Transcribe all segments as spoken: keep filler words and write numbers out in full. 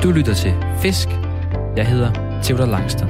Du lytter til Fisk. Jeg hedder Theodor Langston.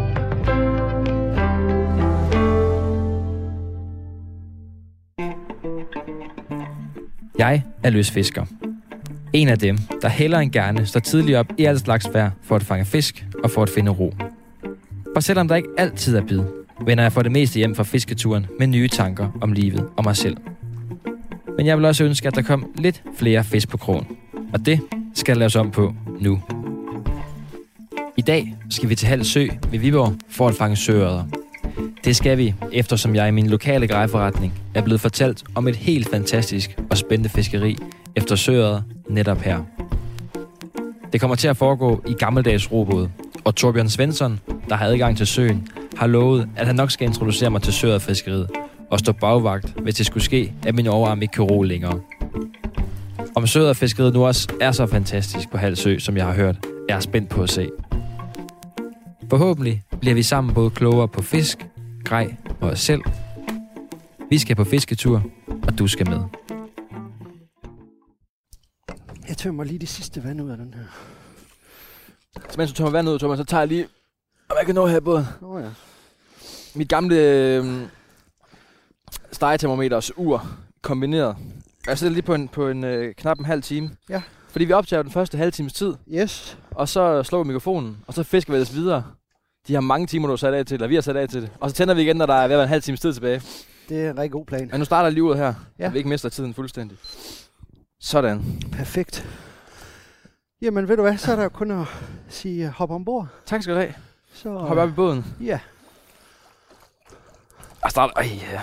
Jeg er lystfisker. En af dem, der hellere end gerne står tidligt op i alt slags vejr for at fange fisk og for at finde ro. For selvom der ikke altid er bid, vender jeg for det meste hjem fra fisketuren med nye tanker om livet og mig selv. Men jeg vil også ønske, at der kom lidt flere fisk på krogen. Og det skal der laves om på nu. I dag skal vi til Hald Sø ved Viborg for at fange søørreder. Det skal vi, eftersom jeg i min lokale grejeforretning er blevet fortalt om et helt fantastisk og spændende fiskeri efter søørreder netop her. Det kommer til at foregå i gammeldags robåde, og Torbjørn Svensson, der har adgang til søen, har lovet, at han nok skal introducere mig til søørredfiskeriet og stå bagvagt, hvis det skulle ske, at min overarm ikke kan ro længere. Om søørredfiskeriet nu også er så fantastisk på Hald Sø, som jeg har hørt, jeg er spændt på at se. Forhåbentlig bliver vi sammen både klogere på fisk, grej og os selv. Vi skal på fisketur, og du skal med. Jeg tømmer lige det sidste vand ud af den her. Så mens du tømmer vand ud, Thomas, så tager jeg lige... Og jeg kan nå her i båden. Nå ja. Mit gamle øh, stegetermometers ur kombineret. Jeg sætter lige på en, på en øh, knap en halv time. Ja. Fordi vi optager den første halve times tid. Yes. Og så slukker vi mikrofonen, og så fisker vi ellers videre. De har mange timer, du har sat af til, eller vi har sat af til det. Og så tænder vi igen, når der er ved at være en halv times tid tilbage. Det er en rigtig god plan. Men nu starter lige ud her, ja. Så vi ikke mister tiden fuldstændig. Sådan. Perfekt. Jamen ved du hvad, så er der jo kun at sige hop ombord. Tak skal du have. Så hop op i båden. Ja. Og starter... Ej, ja.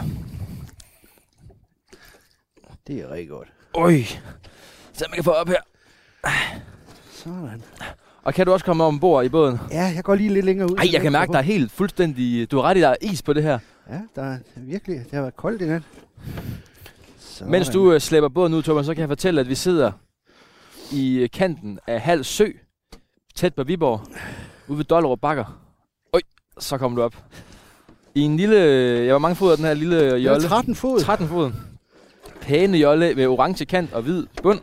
Det er rigtig godt. Øj. Så man kan få op her. Sådan. Og kan du også komme ombord i båden? Ja, jeg går lige lidt længere ud. Ej, jeg kan mærke, der er helt fuldstændig... Du har ret i, der er is på det her. Ja, der er virkelig... Det har været koldt i nat. Sådan. Mens du uh, slæber båden ud, Thomas, så kan jeg fortælle, at vi sidder i kanten af Hald Sø, tæt på Viborg, ude ved Dollerup Bakker. Øj, så kom du op. I en lille... Jeg var mange fod af den her lille jolle. Ja, tretten fod. tretten fod. Pæne jolle med orange kant og hvid bund.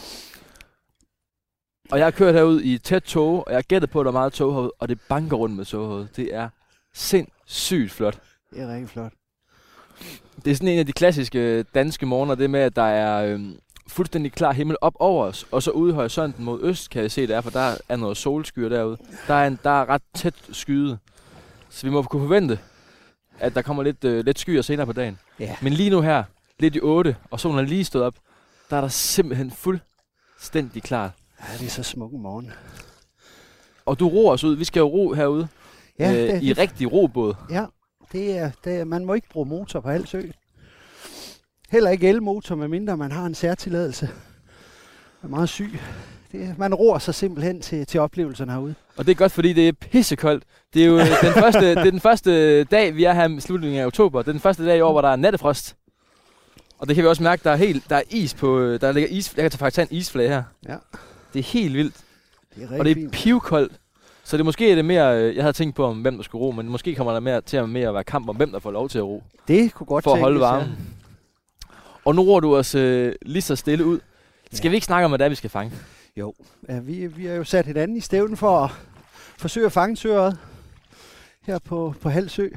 Og jeg har kørt herud i tæt tog, og jeg har gættet på, at der er meget tog herude, og det banker rundt med toghovedet. Det er sindssygt flot. Det er rigtig flot. Det er sådan en af de klassiske danske morgener, det med, at der er øh, fuldstændig klar himmel op over os, og så ude i horisonten mod øst, kan jeg se, det er, for der er noget solskyer derude. Der er, en, der er ret tæt skyet, så vi må kunne forvente, at der kommer lidt, øh, lidt skyer senere på dagen. Ja. Men lige nu her, lidt i otte, og solen er lige stået op, der er der simpelthen fuldstændig klart. Ja, det er så smuk en morgen. Og du roer os ud. Vi skal jo ro herude ja, øh, det, i det, rigtig robåd. Ja, det er, det er, man må ikke bruge motor på Hald Sø. Heller ikke elmotor, medmindre man har en særtilladelse. Er meget syg. Det er, man roer sig simpelthen til, til oplevelserne herude. Og det er godt, fordi det er pissekoldt. Det er jo den første, det er den første dag, vi er her i slutningen af oktober. Det er den første dag i år, hvor der er nattefrost. Og det kan vi også mærke, der er helt, der er is på, der ligger is. Jeg kan faktisk tage en isflage her. Ja. Det er helt vildt. Det er rigtig og det er fint. pivkoldt. Så det måske er det mere, jeg havde tænkt på, om hvem der skulle ro, men måske kommer der mere til at, mere at være kamp om, hvem der får lov til at ro. Det kunne godt for at holde tænkes, varmen. Ja. Og nu roer du os øh, lige så stille ud. Skal ja. vi ikke snakke om, hvad det er, vi skal fange? Jo, ja, vi, vi har jo sat hinanden i stævnen for at forsøge at fange søret her på, på Hald Sø.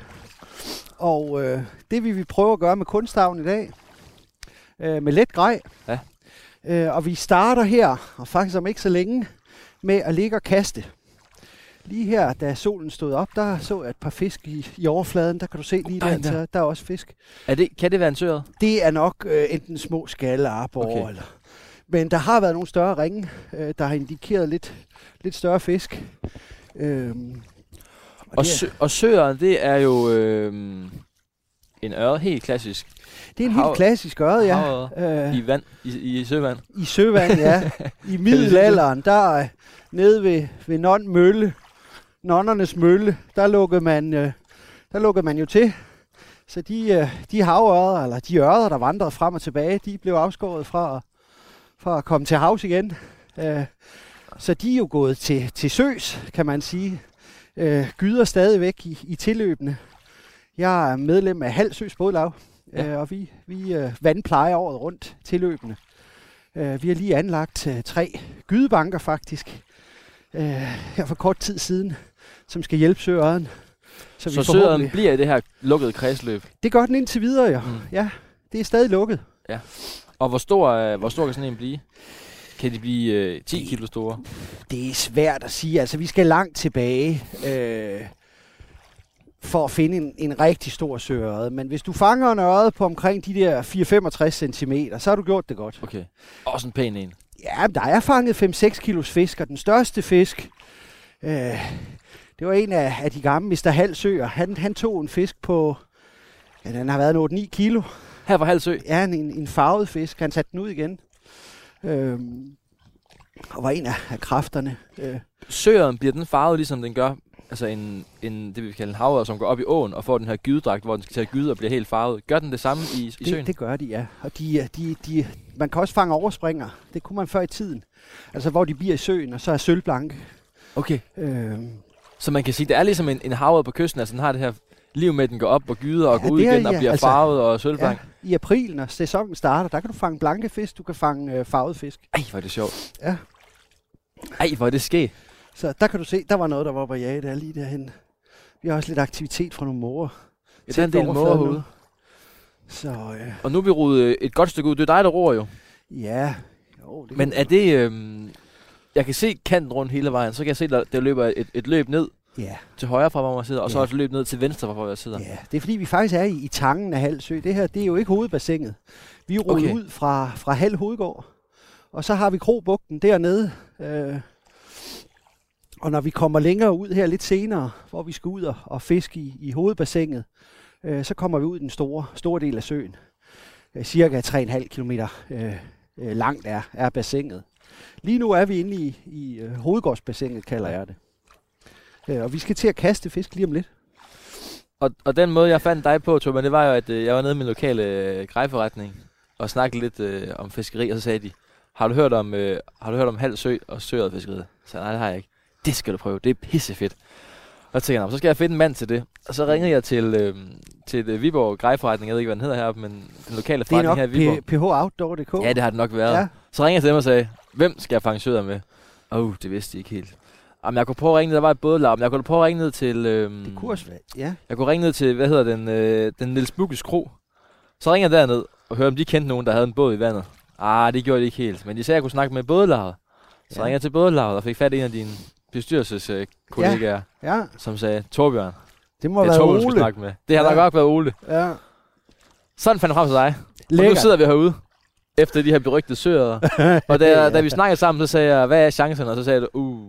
Og øh, det vil vi prøve at gøre med kunstavn i dag. Øh, med let grej. Ja. Øh, og vi starter her, og faktisk om ikke så længe, med at ligge og kaste. Lige her, da solen stod op, der så jeg et par fisk i, i overfladen. Der kan du se lige Ej, der, der. der er også fisk. Er det, kan det være en søret? Det er nok øh, enten små skalle, arbor, okay. eller... Men der har været nogle større ringe, øh, der har indikeret lidt, lidt større fisk. Øhm, og, og, sø, og søren, det er jo øh, en øre, helt klassisk. Det er en Hav, helt klassisk øre, ja. Øh, I vand, i, i søvand. I søvand, ja. I middelalderen, der nede ved, ved Non Mølle, Nonnernes Mølle, der lukkede man, øh, der lukkede man jo til. Så de, øh, de havørder, eller de ørder, der vandrede frem og tilbage, de blev afskåret fra, fra at komme til havs igen. Øh, så de er jo gået til, til søs, kan man sige. Øh, gyder stadigvæk i, i tilløbene. Jeg er medlem af Hald Søs Bådlaug, ja. øh, og vi, vi øh, vandplejer året rundt tilløbene. Øh, vi har lige anlagt øh, tre gydebanker faktisk, øh, her for kort tid siden, som skal hjælpe søørden. Så, så søørden bliver i det her lukkede kredsløb? Det gør den indtil videre, ja. Mm. Ja, det er stadig lukket. Ja. Og hvor stor, øh, hvor stor kan sådan en blive? Kan de blive øh, ti kilo store? Det er svært at sige. Altså, vi skal langt tilbage øh, for at finde en, en rigtig stor søørred. Men hvis du fanger en ørred på omkring de der fire til femogtres centimeter, så har du gjort det godt. Okay. Også en pæn en. Ja, der er fanget fem til seks kilos fisk, og den største fisk, øh, det var en af, af de gamle mister Halsøer. Han, han tog en fisk på, ja, den har været otte til ni kilo. Her på Halsø? Ja, en, en farvet fisk. Han satte den ud igen. Øh, og var en af, af kræfterne. Øh. Søren, bliver den farvet, ligesom den gør, altså en, en det vi kalder en havørred, som går op i åen og får den her gydedragt, hvor den skal til at gyde og bliver helt farvet. Gør den det samme i, i det, søen? Det gør de, ja. Og de, de, de, man kan også fange overspringer. Det kunne man før i tiden. Altså, hvor de bliver i søen, og så er sølvblanke. Okay. Øh. Så man kan sige, det er ligesom en, en havørred på kysten, altså den har det her liv med, at den går op og gyder og ja, går ud igen og ja, bliver altså, farvet og sølvblank. Ja, i april, når sæsonen starter, der kan du fange blanke fisk, du kan fange øh, farvet fisk. Ej, hvor er det sjovt. Ja. Ej, hvor er det skægt. Så der kan du se, der var noget, der var på jage der lige derhen. Vi har også lidt aktivitet fra nogle måger. Ja, der er en del måger herude. Så, øh. Og nu er vi rodet et godt stykke ud. Det er dig, der roer jo. Ja. Jo, det Men er det... Øh, jeg kan se kanten rundt hele vejen, så kan jeg se, at der løber et, et løb ned. Ja. Til højre fra, hvor man sidder, og ja. så et løb ned til venstre fra, hvor jeg sidder. Ja, det er fordi, vi faktisk er i, i tangen af Halsø. Det her, det er jo ikke hovedbassinet. Vi er rodet okay. ud fra, fra Hald Hovedgård, og så har vi Krobugten dernede. Øh, og når vi kommer længere ud her lidt senere, hvor vi skal ud og, og fiske i, i hovedbassinet, øh, så kommer vi ud i den store, store del af søen. Øh, cirka tre komma fem kilometer øh, øh, langt er, er bassinet. Lige nu er vi inde i, i øh, Hovedgårdsbassinet, kalder jeg det. Øh, og vi skal til at kaste fisk lige om lidt. Og, og den måde, jeg fandt dig på, Torben, det var jo, at øh, jeg var nede i min lokale øh, grejforretning og snakkede lidt øh, om fiskeri, og så sagde de, har du hørt om, øh, har du hørt om Halsø og søredfiskeriet? Så nej, det har jeg ikke. Det skal du prøve, det er pissefedt. Og så tænkte jeg, så skal jeg finde en mand til det. Og så ringede jeg til, øh, til øh, Viborg grejforretning, jeg ved ikke, hvad den hedder her, men den lokale forretning her i Viborg. Det er nok P H Outdoor punktum d k. Ja, det har det nok været. Ja. Så ringede jeg til dem og sagde, hvem skal jeg fange søder med? Åh, oh, det vidste de ikke helt. Jamen, jeg kunne prøve at ringe ned, der var et bådelav, men jeg kunne prøve at ringe ned til... Øhm, det kunne også være, ja. Jeg kunne ringe ned til, hvad hedder den, øh, den Niels Bukkes Kro. Så ringer jeg derned og hører, om de kendte nogen, der havde en båd i vandet. Ah, det gjorde de ikke helt, men de sagde, at jeg kunne snakke med bådelaget. Så ja. Ringer jeg til bådelaget og fik fat i en af dine bestyrelseskollegaer, ja. Ja. som sagde, Torbjørn, det må det være Torbjørn, Ole. Snakke med. Det har ja. nok godt været Ole. Ja. Sådan fandt jeg frem til dig. Lækkert. Og nu sidder vi herude. Efter de her berygtede søer. Og da, ja. da vi snakkede sammen, så sagde jeg, hvad er chancerne? Og så sagde du, uh,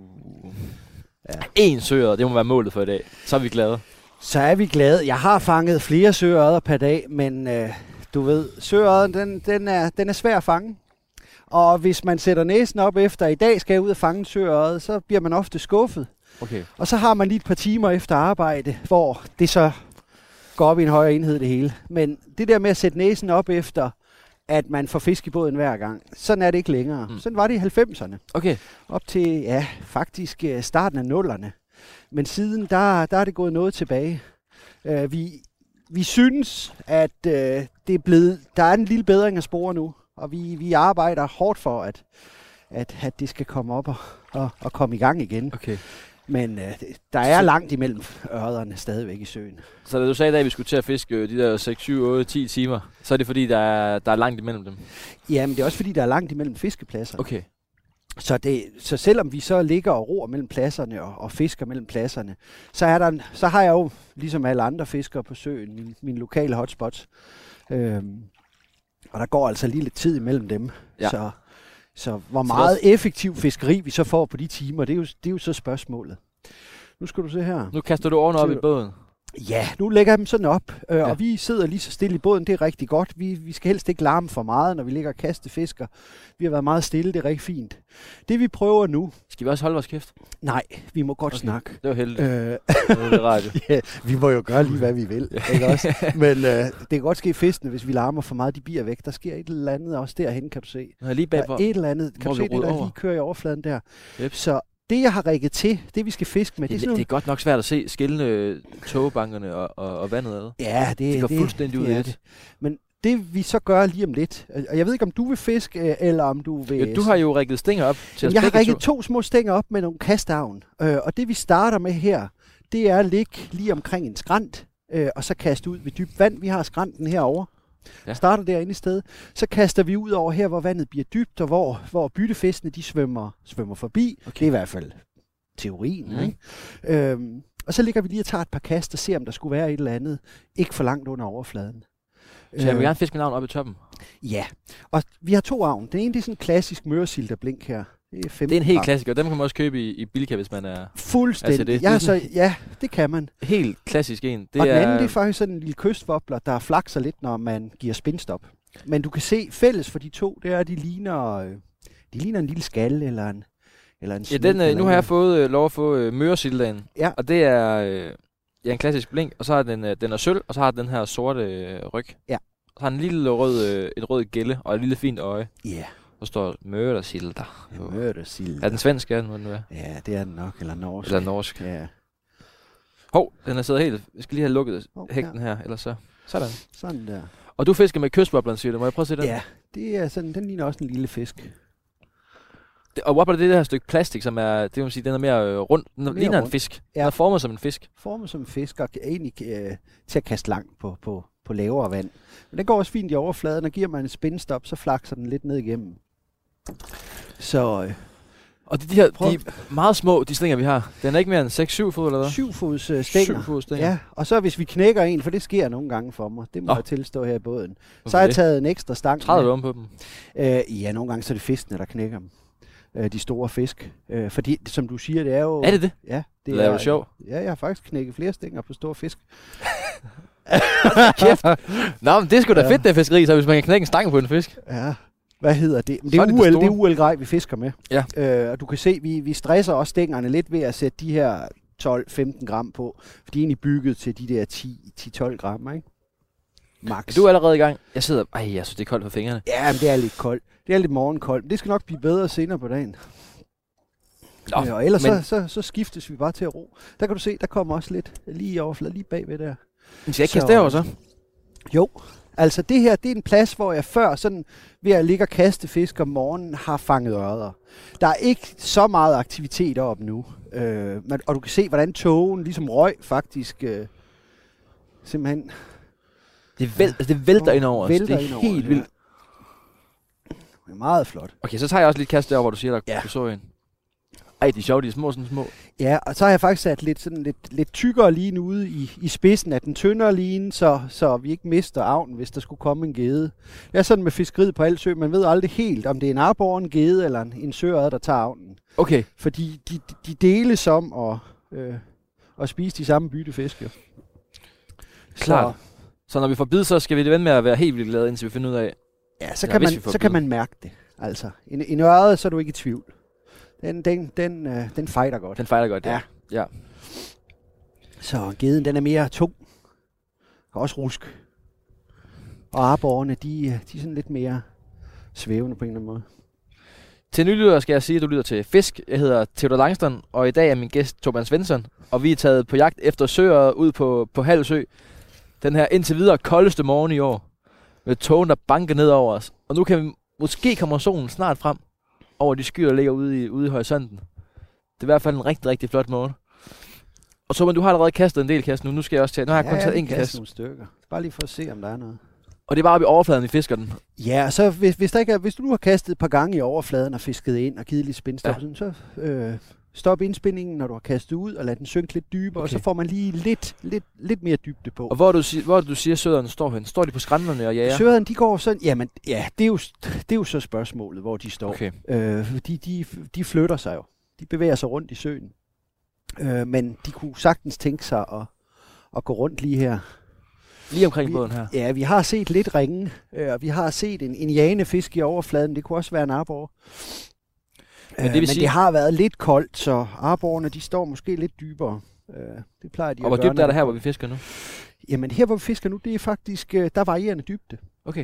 ja. en søer, det må være målet for i dag. Så er vi glade. Så er vi glade. Jeg har fanget flere søørder per dag, men øh, du ved, søørden, den, den, er, den er svær at fange. Og hvis man sætter næsen op efter, i dag skal jeg ud og fange en søørred, så bliver man ofte skuffet. Okay. Og så har man lige et par timer efter arbejde, hvor det så går op i en højere enhed det hele. Men det der med at sætte næsen op efter, at man får fisk i båden hver gang, sådan er det ikke længere. Mm. Sådan var det i halvfemserne. Okay. Op til, ja, faktisk starten af nullerne. Men siden, der, der er det gået noget tilbage. Uh, vi, vi synes, at uh, det er blevet, der er en lille bedring af spore nu. Og vi, vi arbejder hårdt for, at, at, at det skal komme op og, og, og komme i gang igen. Okay. Men øh, der er langt imellem ørrederne stadigvæk i søen. Så da du sagde, at vi skulle til at fiske de der seks, syv, otte, ti timer, så er det fordi, der er, der er langt imellem dem? Jamen, det er også fordi, der er langt imellem fiskepladser. Okay. Så, det, så selvom vi så ligger og roer mellem pladserne og, og fisker mellem pladserne, så, er der en, så har jeg jo, ligesom alle andre fiskere på søen, min, min lokale hotspots. Øhm, og der går altså lige lidt tid imellem dem. Ja. Så, så hvor meget så effektiv fiskeri vi så får på de timer, det er jo, det er jo så spørgsmålet. Nu skal du se her. Nu kaster du ovnen op i båden. Ja, nu lægger jeg dem sådan op, øh, ja. og vi sidder lige så stille i båden, det er rigtig godt. Vi, vi skal helst ikke larme for meget, når vi ligger og kaster fisker. Vi har været meget stille, det er rigtig fint. Det vi prøver nu... Skal vi også holde vores kæft? Nej, vi må godt okay. snakke. Det var heldigt. Øh, det var det radio. Ja, vi må jo gøre lige, hvad vi vil. Ikke også? Men øh, det kan godt ske i fiskene, hvis vi larmer for meget, de bier væk. Der sker et eller andet også derhen, kan du se. Nå, lige bagpå. Et eller andet. Kan du se det, der over? Lige kører i overfladen der? Yep. Så det, jeg har rigget til, det vi skal fiske med... Det, det, er, det er godt nok svært at se skillende togbankerne og, og, og vandet ad. Ja, det, det går det, fuldstændig ud af det. Men det vi så gør lige om lidt, og jeg ved ikke, om du vil fiske, eller om du vil... Ja, du har jo rigget stænger op til os Jeg har rigget to. to små stænger op med nogle kastavn, øh, og det vi starter med her, det er at ligge lige omkring en skrant, øh, og så kaste ud ved dybt vand. Vi har skranten herovre. Ja. Starter derinde i sted. Så kaster vi ud over her, hvor vandet bliver dybt, og hvor, hvor byttefiskene de svømmer, svømmer forbi. Okay. Det er i hvert fald teorien. Mm. Ikke? Øhm, og så ligger vi lige og tager et par kast og ser, om der skulle være et eller andet. Ikke for langt under overfladen. Så jeg vil gerne fiske min avn op i toppen? Ja, og vi har to avn. Den ene det er sådan en klassisk møresilterblink her. Det er, det er en helt klassiker. Dem kan man også købe i, i Bilka, hvis man er... Fuldstændig. Altså det, ja, det så, ja, det kan man. Helt klassisk en. Det og er... den anden det er faktisk sådan en lille kystvobler, der flakser lidt, når man giver spinstop. Men du kan se, fælles for de to, det er, at de ligner, de ligner en lille skal eller en, eller en ja, den, eller nu har jeg fået øh, lov at få øh, møresildagen. Ja. Og det er øh, ja, en klassisk blink, og så er den, øh, den er sølv, og så har den her sorte øh, ryg. Ja. Og så har den en lille rød, øh, et rød gælde og et lille fint øje. Ja. Yeah. Så står mørdersilder. Ja, mørdersilder. Er den svensk, er den, den er? Ja, det er den nok, eller norsk. Eller norsk. Ja. Hov, den er siddet helt. Vi skal lige have lukket oh, hægten ja. her, ellers så. Sådan. Sådan der. Og du fisker med kystwobleren, siger du. Må jeg prøve at se den? Ja, det er sådan, den ligner også en lille fisk. Det, og wobbler, det er det her stykke plastik, som er, det vil sige, den er mere øh, rund. Den mere ligner rundt. En fisk. Ja. Den er formet som en fisk. Formet som en fisk, og egentlig øh, til at kaste langt på, på, på lavere vand. Men den går også fint i overfladen, og giver man en spindstop, så flakser den lidt ned igennem. Så... Øh, og de, de her de meget små, de stænger, vi har, den er ikke mere end seks syv fod, eller hvad? syv fods øh, stænger. syv fods stænger. Ja, og så hvis vi knækker en, for det sker nogle gange for mig, det må oh. jeg tilstå her i båden, så har jeg taget en ekstra stang. træder du om på dem? Øh, ja, nogle gange så er det fiskene, der knækker dem. Øh, de store fisk. Øh, fordi, som du siger, det er jo... Er det det? Ja. Det Laver du sjov? Ja, jeg har faktisk knækket flere stænger på store fisk. Kæft. Nå, men det er sgu da ja. fedt, det fiskeri, så hvis man kan knække en stang på en fisk. Ja. Hvad hedder det? Det er, det, U L, det er U L-grej, vi fisker med. Ja. Øh, og du kan se, vi, vi stresser også stængerne lidt ved at sætte de her tolv femten gram på. For de er egentlig bygget til de der ti til tolv gram, ikke? Max. Er du allerede i gang? Jeg sidder... Ej, jeg synes, det er koldt på fingrene. Ja, men det er lidt koldt. Det er lidt morgenkoldt. Men det skal nok blive bedre senere på dagen. Nå, øh, og ellers men... så, så, så skiftes vi bare til at ro. Der kan du se, der kommer også lidt lige i overfladen, lige bagved der. Men skal jeg ikke kaste derovre så? Jo. Altså det her, det er en plads, hvor jeg før sådan ved at ligge og kaste fisk om morgenen har fanget ørder. Der er ikke så meget aktivitet oppe nu. Øh, men, og du kan se, hvordan tågen ligesom røg faktisk øh, simpelthen... Det, væl, altså det vælter ind over os. Det er helt vildt. Ja. Det er meget flot. Okay, så tager jeg også lidt kast derovre, hvor du siger, der ja. du så en. Ej, de er sjove, de er små, sådan små. Ja, og så har jeg faktisk sat lidt, sådan lidt, lidt tykkere line ude i, i spidsen af den tyndere line, så, så vi ikke mister avnen, hvis der skulle komme en gede. Det er sådan med fiskeriet på Alsø, man ved aldrig helt, om det er en arbor, en gede eller en, en søret, der tager avnen. Okay. Fordi de, de deles om at, øh, at spise de samme byttefisk. Klart. Så, så når vi får bid, så skal vi det vende med at være helt vildt glade, indtil vi finder ud af... Ja, så, kan man, så kan man mærke det. Altså, en, en ørred, så er du ikke i tvivl. Den, den, den, øh, den fighter godt. Den fighter godt, ja. ja. ja. Så geden, den er mere tung. Og også rusk. Og arborerne, de, de er sådan lidt mere svævende på en eller anden måde. Til nylytter skal jeg sige, at du lytter til Fisk. Jeg hedder Theodor Langstrøm, og i dag er min gæst Torbjørn Svensson. Og vi er taget på jagt efter søer ud på, på Halsø. Den her indtil videre koldeste morgen i år. Med togen, der banker ned over os. Og nu kan vi, måske kommer solen snart frem over de skyer, der ligger ude i, ude i horisonten. Det er i hvert fald en rigtig, rigtig flot morgen. Og så, men du har allerede kastet en del kast nu. Nu skal jeg også tage. Nu har jeg ja, kun taget en kast. nogle stykker. Bare lige for at se, om der er noget. Og det er bare oppe i overfladen, vi fisker den. Ja, så hvis, hvis, der ikke er, hvis du nu har kastet et par gange i overfladen og fisket ind og givet lidt spindstop, ja. så øh, stop indspændingen, når du har kastet ud, og lad den synke lidt dybere, okay. Og så får man lige lidt, lidt, lidt mere dybde på. Og hvor du, hvor du siger, søderne står hen? Står de på skrænderne og jager? Søderne, de går sådan, jamen, ja, det er jo, det er jo så spørgsmålet, hvor de står. Okay. Øh, de, de, de flytter sig jo. De bevæger sig rundt i søen. Øh, men de kunne sagtens tænke sig at, at gå rundt lige her. Lige omkring vi, båden her? Ja, vi har set lidt ringe, øh, og vi har set en, en janefisk i overfladen. Det kunne også være en arbor. Men, det, øh, men sige... det har været lidt koldt, så arborerne, de står måske lidt dybere. Øh, det plejer de og hvor dybt er der her, hvor vi fisker nu? Jamen her, hvor vi fisker nu, det er faktisk, øh, der varierende dybde. Okay.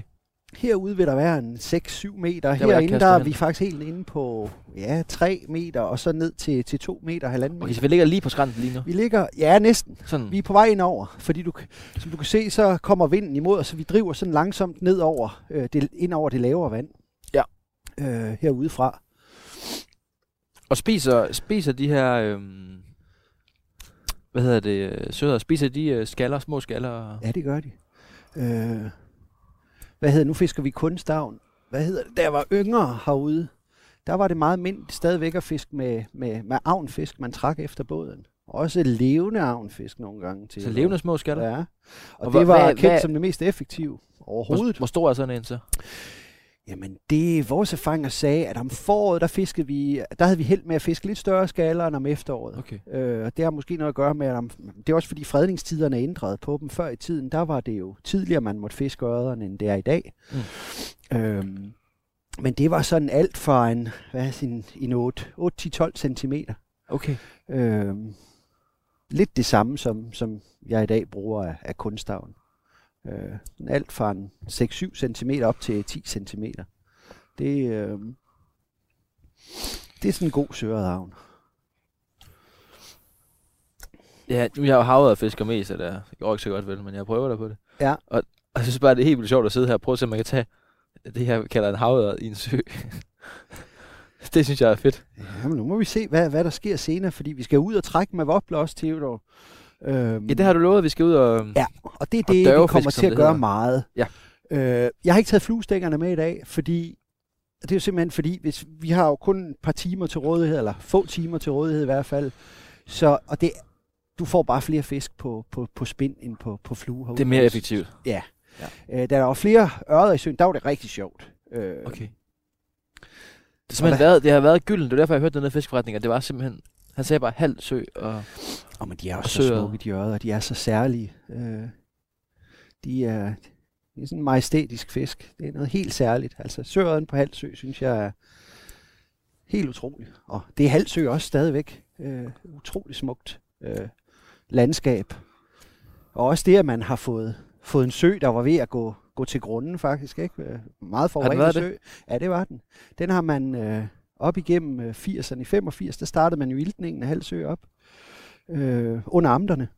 Herude vil der være en seks syv meter. Der, hvor jeg Herinde kaster der er hen. vi faktisk helt inde på ja, tre meter, og så ned til, til to meter, halvanden Okay, meter. så vi ligger lige på skrænten lige nu. Vi ligger, ja næsten. Sådan. Vi er på vej ind over, fordi du, som du kan se, så kommer vinden imod os, så vi driver sådan langsomt ned over, øh, det, ind over det lavere vand. Ja. Øh, herudefra. Og spiser, spiser de her, øhm, hvad hedder det, søder, spiser de øh, skaller, små skaller? Ja, det gør de. Øh, hvad hedder nu fisker vi kun stavn. Hvad hedder det? Da jeg var yngre herude, der var det meget mindre stadigvæk at fiske med, med, med avnfisk, man trak efter båden. Også levende avnfisk nogle gange. Til Så levende små skaller? Ja. Og, Og og hva- det var hvad- kendt hvad- som det mest effektive overhovedet. Hvor, hvor stor er sådan en så? Jamen, det vores erfaringer sagde, at om foråret, der fiskede vi, der havde vi held med at fiske lidt større skaller end om efteråret. Okay. Øh, og det har måske noget at gøre med, at om, det er også fordi fredningstiderne er ændret på dem. Før i tiden, der var det jo tidligere, man måtte fiske ørrederne, end det er i dag. Mm. Øhm, men det var sådan alt fra en, hvad er sin, en otte til tolv centimeter. Okay. Øhm, lidt det samme, som, som jeg i dag bruger af, af kunstavn. Øh, alt fra en seks syv centimeter op til ti centimeter. Det, øh, det er sådan en god søredavn. Ja, nu er jeg jo havet og fisker mest, så det går ikke så godt vel, men jeg prøver da på det. Ja. Og, og jeg synes bare, det er helt vildt sjovt at sidde her og prøve at se, om man kan tage det her, vi kalder en havet i en sø. Det synes jeg er fedt. Ja, men nu må vi se, hvad, hvad der sker senere, fordi vi skal ud og trække med wobbler også, Theodor. Øhm, Ja, det har du lovet, at vi skal ud og... Ja, og det er og det, vi dørvefisk, kommer som til at det gøre hedder. meget. Ja. Øh, jeg har ikke taget fluestængerne med i dag, fordi det er jo simpelthen fordi, hvis vi har jo kun et par timer til rådighed, eller få timer til rådighed i hvert fald, så, og det, du får bare flere fisk på, på, på spind end på, på flue herude. Det er mere effektivt. Ja. ja. Øh, da der var flere ørreder i søen, der var det rigtig sjovt. Øh, Okay. Det, har simpelthen været, det har været gylden. Det er derfor, jeg hørte den der fiskeforretning, at det var simpelthen... Han sagde bare halv sø og... Og men de er jo Og så søer. smukke, de ørreder. De er så særlige. Øh, de er, det er sådan en majestætisk fisk. Det er noget helt særligt. Altså søren på halvsø, synes jeg er helt utroligt. Og det er halvsø også stadigvæk. Øh, utroligt smukt øh, landskab. Og også det, at man har fået, fået en sø, der var ved at gå, gå til grunden faktisk. Ikke? Øh, Meget Har den forurenet været sø. Ja, det var den. Den har man øh, op igennem øh, firserne. I femogfirs, der startede man jo iltningen af halvsø op. Øh, under amterne.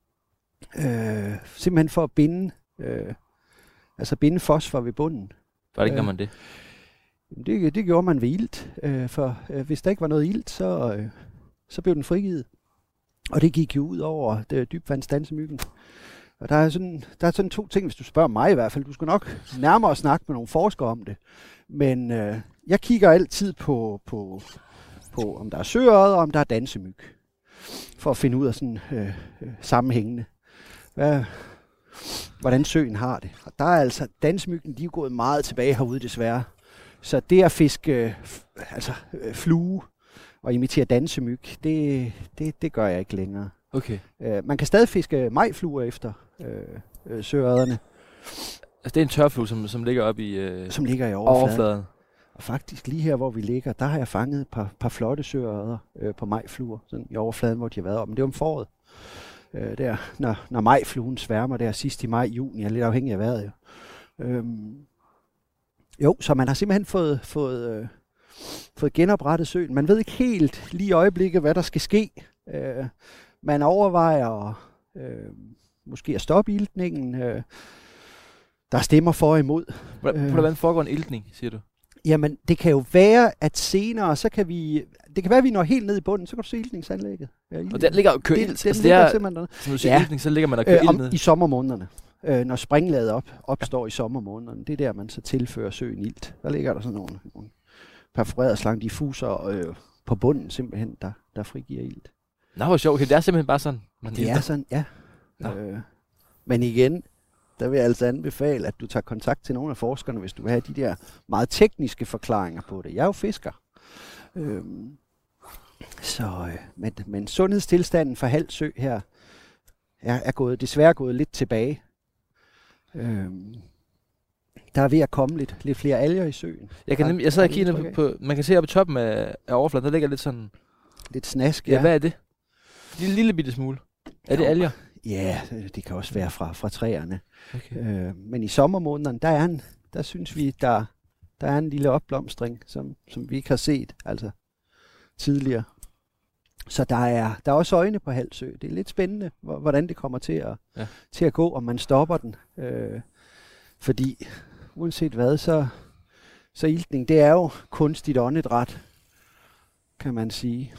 Øh, simpelthen for at binde, øh, altså binde fosfor ved bunden. Hvordan gør Øh. man det? Jamen, Det, det gjorde man ved ilt, øh, for øh, hvis der ikke var noget ilt, så, øh, så blev den frigivet. Og det gik jo ud over det dybvandsdansemyggen. Og der er, sådan, der er sådan to ting, hvis du spørger mig i hvert fald. Du skal nok nærmere snakke med nogle forskere om det. Men øh, jeg kigger altid på, på, på om der er søørred og om der er dansemyg. For at finde ud af sådan øh, øh, sammenhængende. Hvad, hvordan søen har det. Og der er altså, dansemyggen, de er gået meget tilbage herude desværre. Så det at fiske øh, f- altså, øh, flue og imitere dansemyg, det, det, det gør jeg ikke længere. Okay. Øh, man kan stadig fiske majfluer efter øh, øh, søørrederne, Altså, det er en tørflue, som, som ligger oppe i øh, som ligger i overfladen. overfladen. Og faktisk lige her, hvor vi ligger, der har jeg fanget et par, par flotte søørreder øh, på majfluer, sådan i overfladen, hvor de har været op. Men det var om foråret. Øh, der, når, når majfluen sværmer der sidst i maj, juni, er lidt afhængig af vejret jo. Øhm, jo, så man har simpelthen fået, fået, øh, fået genoprettet søen. Man ved ikke helt lige i øjeblikket, hvad der skal ske. Øh, man overvejer øh, måske at stoppe iltningen. Øh, der stemmer for og imod. Hvordan, Øh. hvordan foregår en iltning, siger du? Jamen, det kan jo være, at senere, så kan vi... Det kan være, at vi når helt ned i bunden, så kan du se iltningsanlægget. Ja, Og der ligger jo kø det, ilt. den Altså, det ligger er, simpelthen dernede. som du siger, Ja. iltning, så ligger man og kører Øh, ild om, ned. I sommermånederne. Øh, når springlaget op, opstår i sommermånederne. Det er der, man så tilfører søen ilt. Der ligger der sådan nogle, nogle perforerede slange diffuser øh, på bunden simpelthen, der, der frigiver ilt. Nå, hvor sjovt. Okay, det er simpelthen bare sådan. Man Det er ilter. sådan, ja. Nå. Øh, men igen, der vil jeg altså anbefale, at du tager kontakt til nogle af forskerne, hvis du vil have de der meget tekniske forklaringer på det. Jeg er jo fisker. Øhm, så, øh, men, men sundhedstilstanden for halvsø her er, er gået, desværre gået lidt tilbage. Øhm, der er ved at komme lidt, lidt flere alger i søen. Jeg, kan Har- nemlig, jeg sad har og du kiggede indtryk på, på, man kan se oppe i toppen af, af overfladen, der ligger lidt sådan, Lidt snask, ja, hvad er det? En lille, lille bitte smule. Er det Jo. alger? Ja, det kan også være fra, fra træerne. Okay. Øh, men i sommermånederne, der er en, der synes vi, der, der er en lille opblomstring, som, som vi ikke har set altså tidligere. Så der er, der er også øjne på Halsø. Det er lidt spændende, hvordan det kommer til at, ja. til at gå, om man stopper den. Øh, fordi uanset hvad, så, så iltning, det er jo kunstigt åndedræt, kan man sige.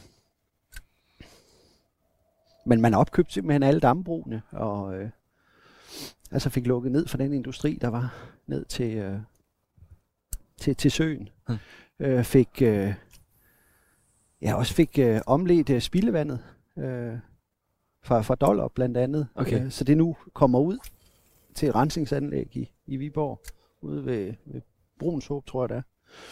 Men man opkøbte simpelthen alle dambrugene, og øh, altså fik lukket ned for den industri, der var ned til, øh, til, til søen. Hmm. Øh, fik... Øh, Jeg også fik øh, omledt øh, spildevandet øh, fra, fra Dollerup blandt andet. Okay. Øh, så det nu kommer ud til et rensningsanlæg i, i Viborg, ude ved, ved Brunsåb, tror jeg det er.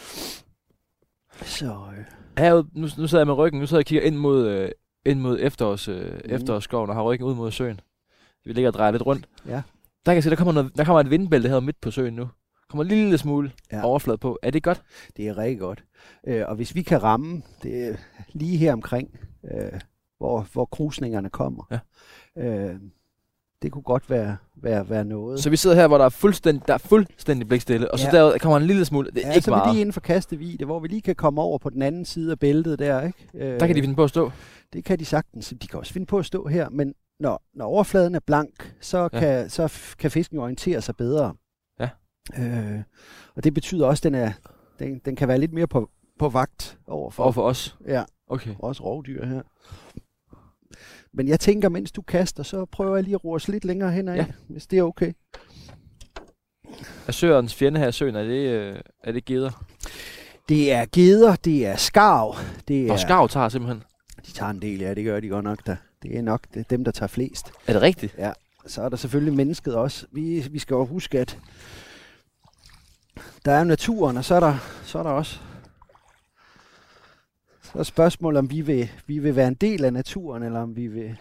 Så, øh. Herude, nu, nu sidder jeg med ryggen, nu sidder jeg og kigger ind mod, øh, ind mod efterårs, øh, mm. efterårsskoven og har ryggen ud mod søen. Vi ligger og drejer lidt rundt. Ja. Der kan jeg se, der kommer, noget, der kommer et vindbælte her midt på søen nu. Kommer en lille smule ja. overflade på. Er det godt? Det er rigtig godt. Øh, og hvis vi kan ramme det lige her omkring, øh, hvor, hvor krusningerne kommer, ja. øh, det kunne godt være, være, være noget. Så vi sidder her, hvor der er fuldstændig, der er fuldstændig blikstille, og så ja. der kommer en lille smule. Det er ja, ikke så meget. vi lige inden for Kastevide, hvor vi lige kan komme over på den anden side af bæltet der, ikke? Øh, der kan de finde på at stå? Det kan de sagtens. De kan også finde på at stå her, men når, når overfladen er blank, så, ja. kan, så f- kan fisken orientere sig bedre. Ja. Øh, og det betyder også, at den, er, den, den kan være lidt mere på, på vagt overfor. Overfor os? Ja, okay. Også rovdyr her. Men jeg tænker, mens du kaster, så prøver jeg lige at rose lidt længere henad, ja. hvis det er okay. Er søerens fjende her i søen, er det, øh, er det geder? Det er geder, det er skarv. Det er, og skarv tager simpelthen? De tager en del, ja, det gør de godt nok da. Det er nok det, dem, der tager flest. Er det rigtigt? Ja, så er der selvfølgelig mennesket også. Vi, vi skal jo huske, at der er naturen, og så er der, så er der også så er spørgsmålet, om vi vil, vi vil være en del af naturen, eller om vi vil,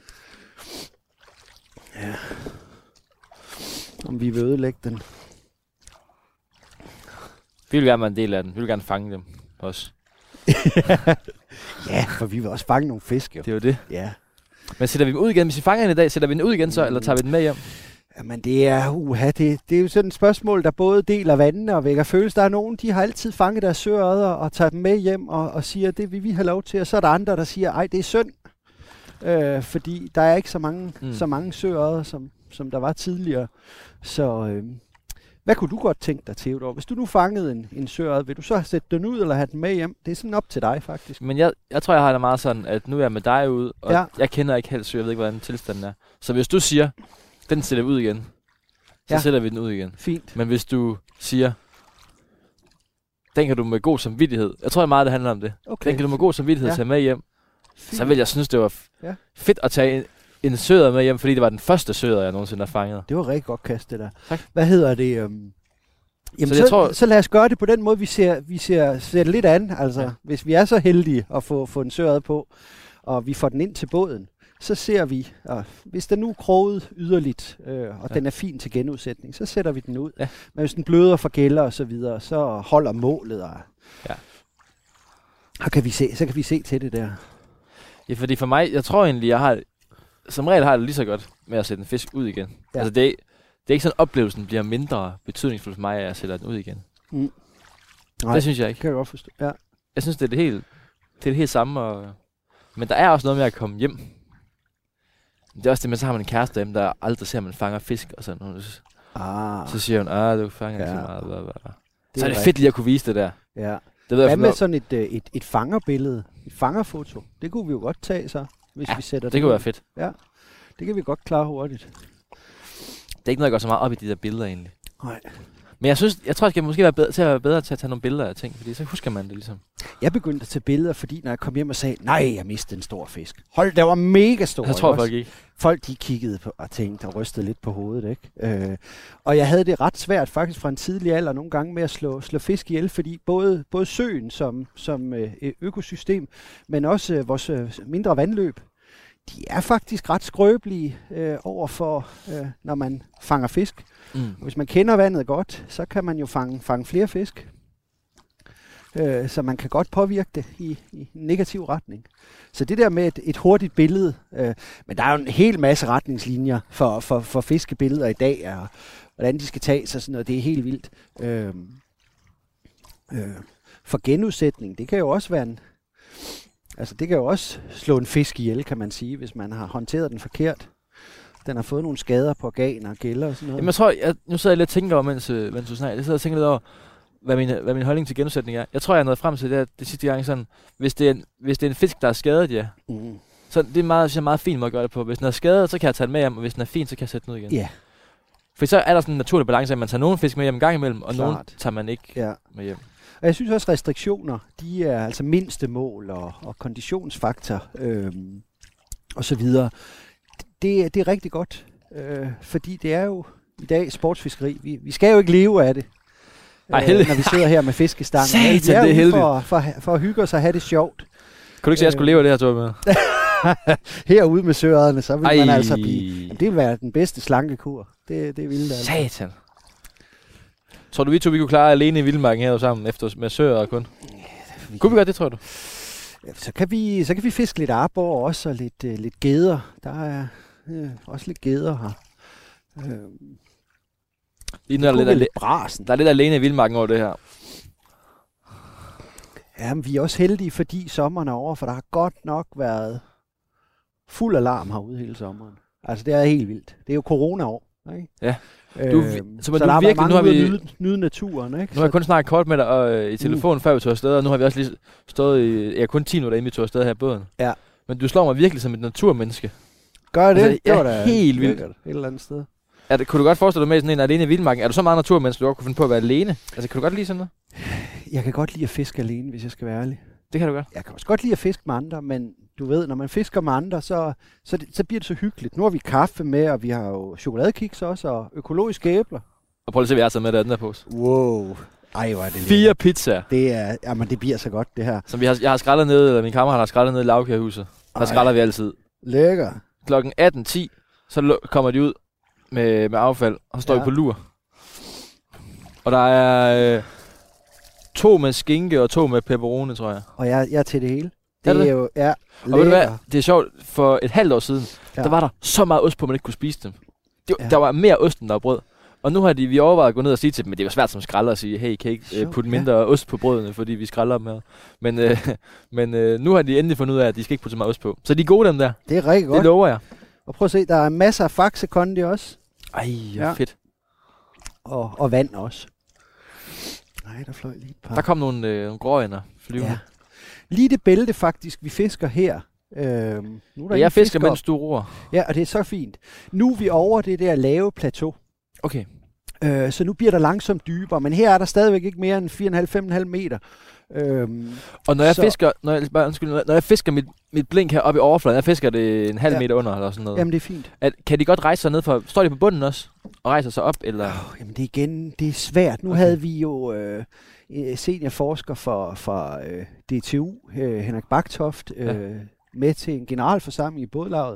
ja, om vi vil ødelægge den. Vi vil gerne være en del af den. Vi vil gerne fange dem også. Ja, for vi vil også fange nogle fisk, jo. Det er jo det. Ja. Men sætter vi dem ud igen? Hvis vi fanger den i dag, sætter vi den ud igen så, mm. eller tager vi den med hjem? Jamen det er, uha, det, det er jo sådan et spørgsmål, der både deler vandene og vækker følelser. Der er nogen, de har altid fanget deres søørreder og tager dem med hjem og, og siger, det vil vi have lov til. Og så er der andre, der siger, ej, det er synd. Øh, fordi der er ikke så mange, mm. så mange søørreder, som, som der var tidligere. Så øh, hvad kunne du godt tænke dig, Theodor? Hvis du nu fangede en, en søørred, vil du så sætte den ud eller have den med hjem? Det er sådan op til dig, faktisk. Men jeg, jeg tror, jeg har det meget sådan, at nu er jeg med dig ude, og ja. jeg kender ikke helt sø, jeg ved ikke, hvordan tilstanden er. Så hvis du siger, den sætter vi ud igen, så ja. sætter vi den ud igen. Fint. Men hvis du siger, den kan du med god samvittighed, jeg tror meget, det handler om det. Okay. Den kan du med god samvittighed ja. tage med hjem, fint. Så vil jeg synes, det var f- ja. fedt at tage en, en søder med hjem, fordi det var den første søder, jeg nogensinde har fanget. Det var rigtig godt kast, det der. Tak. Hvad hedder det? Um Jamen, så, så, så, tror, så lad os gøre det på den måde, vi ser, vi ser, ser det lidt an. Altså, ja. Hvis vi er så heldige at få, få en søret på, og vi får den ind til båden, så ser vi, og hvis den nu er kroget yderligt, øh, og ja. den er fin til genudsætning, så sætter vi den ud. Ja. Men hvis den bløder for gælder og så videre, så holder målet. Og, ja. og kan vi se, så kan vi se til det der. Ja, fordi for mig, jeg tror egentlig, jeg har, som regel har jeg det lige så godt med at sætte en fisk ud igen. Ja. Altså det Det er ikke sådan, at oplevelsen bliver mindre betydningsfuld for mig, at jeg sætter den ud igen. Mm. Nej, det synes jeg ikke. Kan jeg godt forstå. Ja. Jeg synes, det er det helt, det er det helt samme. Og, men der er også noget med at komme hjem. Det er også det med, så har man en kæreste hjemme, der aldrig ser, at man fanger fisk og sådan noget. Ah. Så siger hun, ah, du fanger ja. ikke så meget. Bla, bla, bla. Det så er det rigtigt. fedt lige at kunne vise det der. Ja. Det ved Hvad jeg, med sådan et, et, et fangerbillede, et fangerfoto? Det kunne vi jo godt tage så, hvis ja, vi sætter det. det kunne være fedt. Ja, det kan vi godt klare hurtigt. Det er ikke noget, jeg går så meget op i de der billeder egentlig. Nej. Men jeg synes, jeg tror, jeg skal måske være bedre til at være bedre til at tage nogle billeder af ting, fordi så husker man det ligesom. Jeg begyndte at tage billeder, fordi når jeg kom hjem og sagde, nej, jeg mistede en stor fisk. Hold, der var mega stor. Jeg tror folk ikke. Folk, de kiggede på og tænkte og rystede lidt på hovedet, ikke? Øh, og jeg havde det ret svært faktisk fra en tidlig alder nogle gange med at slå, slå fisk ihjel, fordi både, både søen som, som øh, økosystem, men også øh, vores øh, mindre vandløb, de er faktisk ret skrøbelige øh, over for, øh, når man fanger fisk. Mm. Hvis man kender vandet godt, så kan man jo fange, fange flere fisk. Øh, så man kan godt påvirke det i, i en negativ retning. Så det der med et, et hurtigt billede, øh, men der er jo en hel masse retningslinjer for, for, for fiskebilleder i dag, og hvordan de skal tages og sådan noget, det er helt vildt. Øh, øh, for genudsætning, det kan jo også være en, altså det kan jo også slå en fisk ihjel, kan man sige, hvis man har håndteret den forkert. Den har fået nogle skader på organer og gælder og sådan noget. Jamen jeg tror, jeg, nu sidder jeg lidt og tænker over, mens, mens du snakker, jeg sidder og tænker lidt over, hvad min, hvad min holdning til genudsætning er. Jeg tror, jeg er nået frem til det, at det sidste gang sådan, hvis det er en, hvis det er en fisk, der er skadet, ja, mm. så det er meget, en meget fin måde at gøre det på. Hvis den er skadet, så kan jeg tage den med hjem, og hvis den er fin, så kan jeg sætte den ud igen. Ja. Yeah. For så er der sådan en naturlig balance, at man tager nogle fisk med hjem en gang imellem, og Klart. nogle tager man ikke ja. med hjem. Og jeg synes også, restriktioner, de er altså mindste mål og, og konditionsfaktor øhm, og så videre. Det, det er rigtig godt, øh, fordi det er jo i dag sportsfiskeri. Vi, vi skal jo ikke leve af det. Ej, øh, når vi sidder her med fiskestangen. Satan, vi er det er heldigt. For, for, for at hygge os og have det sjovt. Kan du ikke sige, at jeg skulle leve af det her, Torben? Herude med sørederne, så vil Ej. man altså blive... Jamen, det vil være den bedste slankekur. Det, det vil det altså. Satan. Tror du, vi to vi kunne klare alene i vildmarken her sammen efter med søer kun? Ja, kunne vi godt det, tror du? Ja, så, kan vi, så kan vi fiske lidt arbor også, og lidt, uh, lidt geder. Der er uh, også lidt geder her. Uh, Lige nu er der lidt, lidt brasen. Der er lidt alene i vildmarken over det her. Ja, men vi er også heldige, fordi sommeren er over, for der har godt nok været fuld alarm herude hele sommeren. Altså, det er helt vildt. Det er jo corona-år, ikke? Ja. Du, øh, så, så du der virkelig, nu har vi nyde, nyde naturen, ikke? Nu har jeg kun snakket kort med dig og, øh, i telefonen, uh. før vi tog afsted, og nu har vi også lige stået i, ja, kun ti minutter, inden vi tog afsted her i båden. Ja. Men du slår mig virkelig som et naturmenneske. Gør det? Altså, det var da helt vildt. Et eller andet sted. Er det, kunne du godt forestille dig med sådan en alene i vildmarken? Er du så meget naturmenneske, du godt kunne finde på at være alene? Altså, kan du godt lide sådan noget? Jeg kan godt lide at fiske alene, hvis jeg skal være ærlig. Det kan du godt? Jeg kan også godt lide at fiske med andre, men du ved, når man fisker med andre, så, så, det, så bliver det så hyggeligt. Nu har vi kaffe med, og vi har jo chokoladekiks også, og økologiske æbler. Og prøv at se, hvad jeg tager med der den der pose. Wow. Ej, hvor er det Fire lækker. Pizzaer. Det er, jamen det bliver så godt, det her. Som vi har, jeg har skrællet ned, eller min kammerat har skrællet ned i lavkagehuset. Der skræller vi altid. Lækker. Klokken atten ti, så kommer de ud med, med affald, og så står ja. vi på lur. Og der er øh, to med skinke og to med pepperoni, tror jeg. Og jeg, jeg er til det hele. Det er, det? er jo, ja, og ved du hvad, det er sjovt, for et halvt år siden, ja. der var der så meget ost på, at man ikke kunne spise dem. Det, ja. Der var mere ost, end der var brød. Og nu har de, vi overvejet at gå ned og sige til dem, men det var svært som skralder at sige, hey, kan I ikke uh, putte mindre ja. ost på brødene, fordi vi skralder dem her. Men, øh, men øh, nu har de endelig fundet ud af, at de skal ikke putte så meget ost på. Så de er gode, dem der. Det er rigtig godt. Det lover jeg. Og prøv at se, der er masser af faxekondi også. Ej, ja. fedt. Og, og vand også. Nej, der fløj lige et par. Der kom nogle, øh, nogle gråænder flyvende. Ja. Lige det bælte faktisk, vi fisker her. Øhm, nu er der ja, jeg fisker, mens du roer. Ja, og det er så fint. Nu er vi over det der lave plateau. Okay. Øh, så nu bliver der langsomt dybere, men her er der stadigvæk ikke mere end fire komma fem til fem komma fem meter. Øhm, og når jeg så fisker, når jeg, bare, undskyld, når jeg fisker mit, mit blink her oppe i overfladen, jeg fisker det en halv ja. meter under eller sådan noget. Jamen det er fint. At, kan de godt rejse sig ned for, står de på bunden også og rejser sig op eller? Oh, jamen det er igen, det er svært. Nu okay. havde vi jo øh, seniorforsker for, for øh, D T U, øh, Henrik Baktoft, øh, ja. med til en generalforsamling i bådlaget.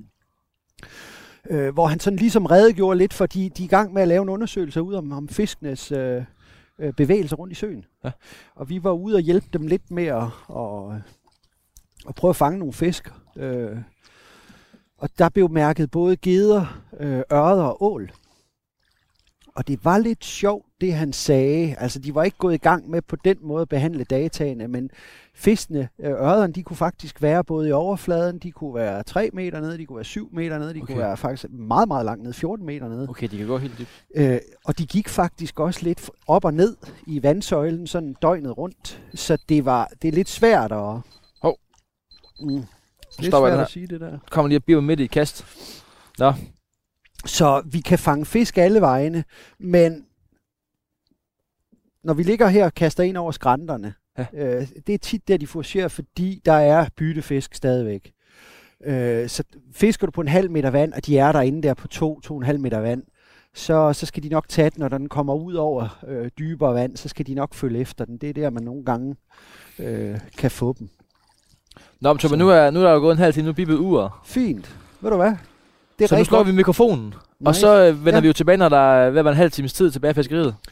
Øh, hvor han sådan ligesom redegjorde lidt, fordi de er i gang med at lave en undersøgelse ud om, om fiskenes øh, øh, bevægelser rundt i søen. Ja. Og vi var ude og hjælpe dem lidt med at, og, at prøve at fange nogle fisk. Øh, og der blev mærket både geder, øh, ørder og ål. Og det var lidt sjovt, det han sagde. Altså, de var ikke gået i gang med på den måde at behandle dataene, men fiskene, ørrederne, de kunne faktisk være både i overfladen, de kunne være tre meter nede, de kunne være syv meter nede, de okay. kunne være faktisk meget, meget langt nede, fjorten meter nede. Okay, de kan gå helt dybt. Øh, og de gik faktisk også lidt op og ned i vandsøjlen, sådan døgnet rundt. Så det var det er lidt svært at... Hov. Mm, lidt svært at sige det der. Kommer lige og bliver midt i et kast. Nå. Så vi kan fange fisk alle vegne, men når vi ligger her og kaster ind over skrænterne, ja. øh, det er tit der, de forcerer, fordi der er byttefisk stadigvæk. Øh, så fisker du på en halv meter vand, og de er derinde der på to, to og en halv meter vand, så, så skal de nok tage den, når den kommer ud over øh, dybere vand, så skal de nok følge efter den. Det er der, man nogle gange øh, kan få dem. Nå, men Torben, nu er, nu er der jo gået en halv time, nu er bippet uret. Fint. Ved du hvad? Det så nu slår godt. vi mikrofonen, nice. Og så øh, vender ja. vi jo tilbage, når der er ved at være en halv times tid tilbage i fiskeriet.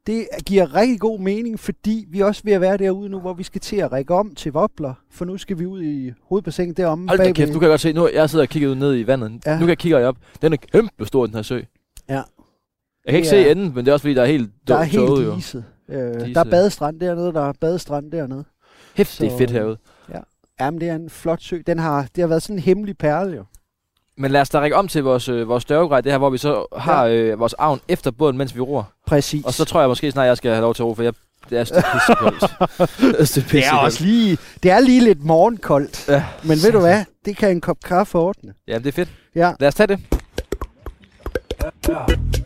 Det giver rigtig god mening, fordi vi også er ved at være derude nu, hvor vi skal til at række om til wobbler, for nu skal vi ud i hovedbassinet deromme. Hold da kæft, du kan godt se, nu jeg sidder og kigger ud ned i vandet. Ja. Nu kan jeg kigge op. Den er kæmpe stor, den her sø. Ja. Jeg kan ikke se enden, men det er også fordi, der er helt Der er helt tåget, diset. Øh, der er badestrand dernede, der er badestrand dernede. Hæft, det er fedt herude. Ja. Jamen, det er en flot sø. Den har, det har været sådan en hemmelig perle, jo. Men lad os da række om til vores, øh, vores dørgrej, det her, hvor vi så har øh, vores avn efter båden, mens vi ror. Præcis. Og så tror jeg måske snart, jeg skal have lov til at ro, for jeg, det er pissekoldt. Det er også lige, det er lige lidt morgenkoldt. Ja. Men ved du hvad? Det kan en kop kaffe ordne. Ja, det er fedt. Ja. Lad os tage det. Ja.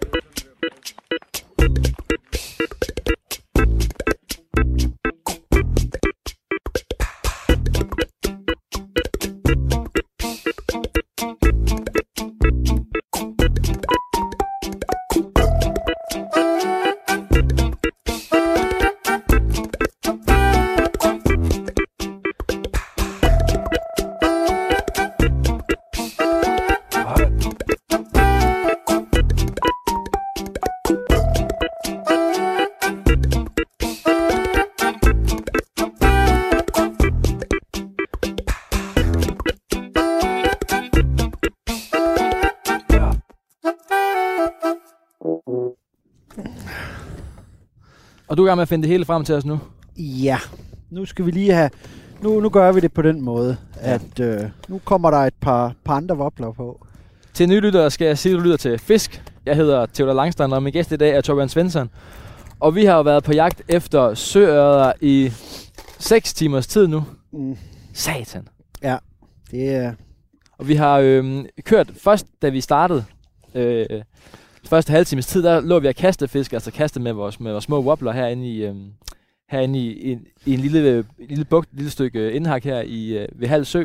Og du er i gang med at finde det hele frem til os nu? Ja, nu skal vi lige have... Nu, nu gør vi det på den måde, at øh, nu kommer der et par, par andre wobbler på. Til nye lyttere skal jeg sige, at du lytter til Fisk. Jeg hedder Theodor Langstrand, og min gæst i dag er Torbjørn Svensson. Og vi har jo været på jagt efter søørder i seks timers tid nu. Mm. Satan. Ja, det er... Og vi har øh, kørt først, da vi startede. Øh, første halv times tid, der lå vi at kaste fisk, altså kaste med vores, med vores små wobbler herinde i... Øh, herinde i, i, i en lille, lille bugt, lille stykke indhak her i, øh, ved Hald Sø.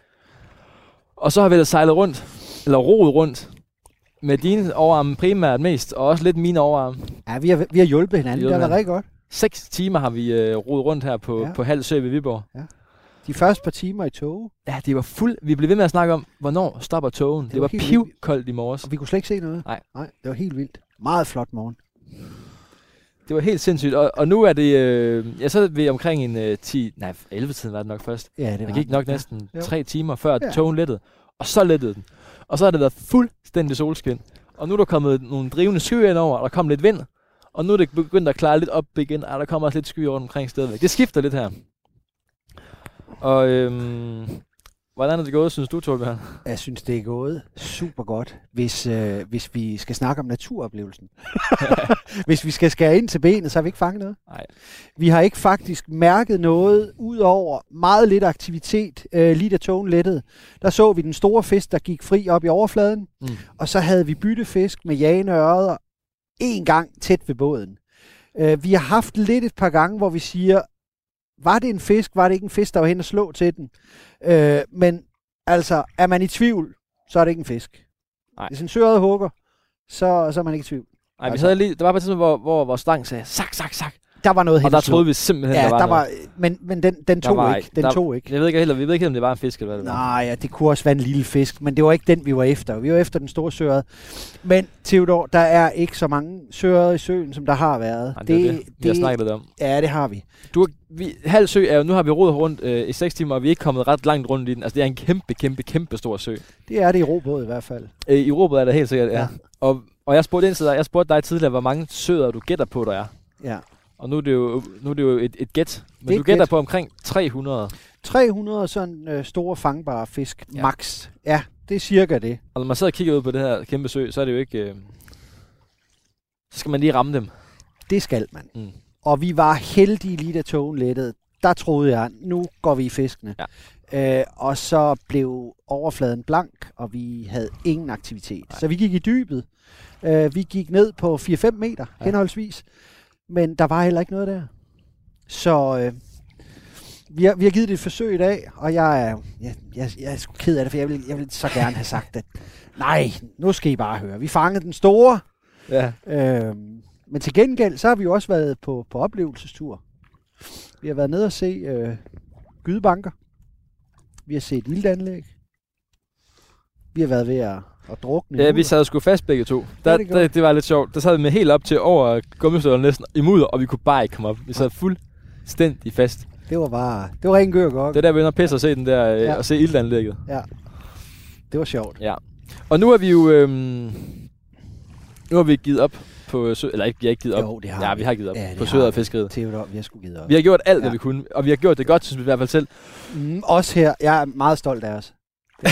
Og så har vi da sejlet rundt, eller roet rundt, med dine overarme primært mest, og også lidt mine overarme. Ja, vi har, vi har hjulpet hinanden, det har været rigtig godt. Seks timer har vi øh, roet rundt her på, ja. på Hald Sø ved Viborg. Ja. De første par timer i tog. Ja, det var fuld. Vi blev ved med at snakke om, hvornår stopper togen. Det, det var, var pivkoldt i morges. Og vi kunne slet ikke se noget. Nej. Nej, det var helt vildt. Meget flot morgen. Det var helt sindssygt, og, og nu er det, øh, jeg sad ved omkring en øh, ti, nej, elleve tiden var det nok først. Ja, det var det gik nok næsten ja. tre timer før ja. togen lettede, og så lettede den. Og så har det været fuldstændig solskin. Og nu er der kommet nogle drivende skyer ind over, og der kom lidt vind. Og nu er det begyndt at klare lidt op igen, og der kommer også lidt skyer rundt omkring stadigvæk. Det skifter lidt her. Og øhm, hvordan er det gået, synes du, Torbjørn? Jeg synes, det er gået super godt, hvis, øh, hvis vi skal snakke om naturoplevelsen. Hvis vi skal skære ind til benet, så har vi ikke fanget noget. Nej. Vi har ikke faktisk mærket noget, ud over meget lidt aktivitet, øh, lige da togen lettede. Der så vi den store fisk, der gik fri op i overfladen, mm. og så havde vi byttefisk med jagende ørreder en gang tæt ved båden. Øh, vi har haft lidt et par gange, hvor vi siger, var det en fisk, var det ikke en fisk, der var hen og slå til den? Øh, men altså, er man i tvivl, så er det ikke en fisk. Nej. Hvis en søret hugger, så, så er man ikke i tvivl. Nej, altså. vi havde lige, der var på et tidspunkt, hvor, hvor vores stang sagde, sak, sak, sak. Der var noget hen og der troede vi simpelthen, ja, der var, der noget. var Men, men den, den tog ikke. ikke. Den der, tog ikke. Jeg ved ikke heller, vi ved ikke, om det var en fisk eller hvad det var. Nej, ja, det kunne også være en lille fisk, men det var ikke den, vi var efter. Vi var efter den store søret. Men Theodor, der er ikke så mange sører i søen, som der har været. Nej, det, det, det. Vi har snakket lidt om. Ja, det har vi. Du, vi, Hald Sø er jo, nu har vi rodet rundt øh, i seks timer, og vi er ikke kommet ret langt rundt i den. Altså, det er en kæmpe, kæmpe, kæmpe stor sø. Det er det i robåd i hvert fald. Øh, I robåd er det helt sikkert, ja. ja. Og, og jeg spurgte ind, jeg spurgte dig tidligere, hvor mange søer du gætter på, der er. Ja. Og nu er det jo, nu er det jo et, et gæt. Men det du gætter gæt. på omkring tre hundrede. tre hundrede sådan øh, store fangbare fisk, ja. Max. Ja, det er cirka det. Og når man sidder og kigger ud på det her kæmpe sø, så er det jo ikke... Øh, så skal man lige ramme dem. Det skal man. Mm. Og vi var heldige lige da togen lettede. Der troede jeg, nu går vi i fiskene. Ja. Øh, og så blev overfladen blank, og vi havde ingen aktivitet. Nej. Så vi gik i dybet. Øh, vi gik ned på fire fem meter ja. henholdsvis. Men der var heller ikke noget der. Så øh, vi, har, vi har givet det et forsøg i dag, og jeg er, jeg, jeg, jeg er sgu ked af det, for jeg vil, jeg vil så gerne have sagt, at nej, nu skal I bare høre. Vi fangede den store. Ja. Øh, men til gengæld, så har vi jo også været på, på oplevelsestur. Vi har været nede og se øh, gydebanker. Vi har set ildanlæg. Vi har været ved at, og drukne. Ja, vi sad sgu fast begge to. Der, Ja, det, det det, det var lidt sjovt. Der sad vi med helt op til over gummistøvlerne næsten i mudder, og vi kunne bare ikke komme op. Vi sad fuldstændig fast. Det var bare, det var ren gør godt. Det er der, vi ender pisse og se den der, Ja. ja. og se iltanlægget. Ja, det var sjovt. Ja. Og nu har vi jo, øhm, nu har vi givet op på, sø- eller ikke, vi har ikke givet op. Jo, det har ja, vi. vi har givet op Ja, det på har søet og vi. fiskeriet. Theodor, vi har sgu givet op. Vi har gjort alt, hvad Ja. vi kunne, og vi har gjort det godt, synes vi i hvert fald selv. Mm, også her, jeg er meget stolt af os.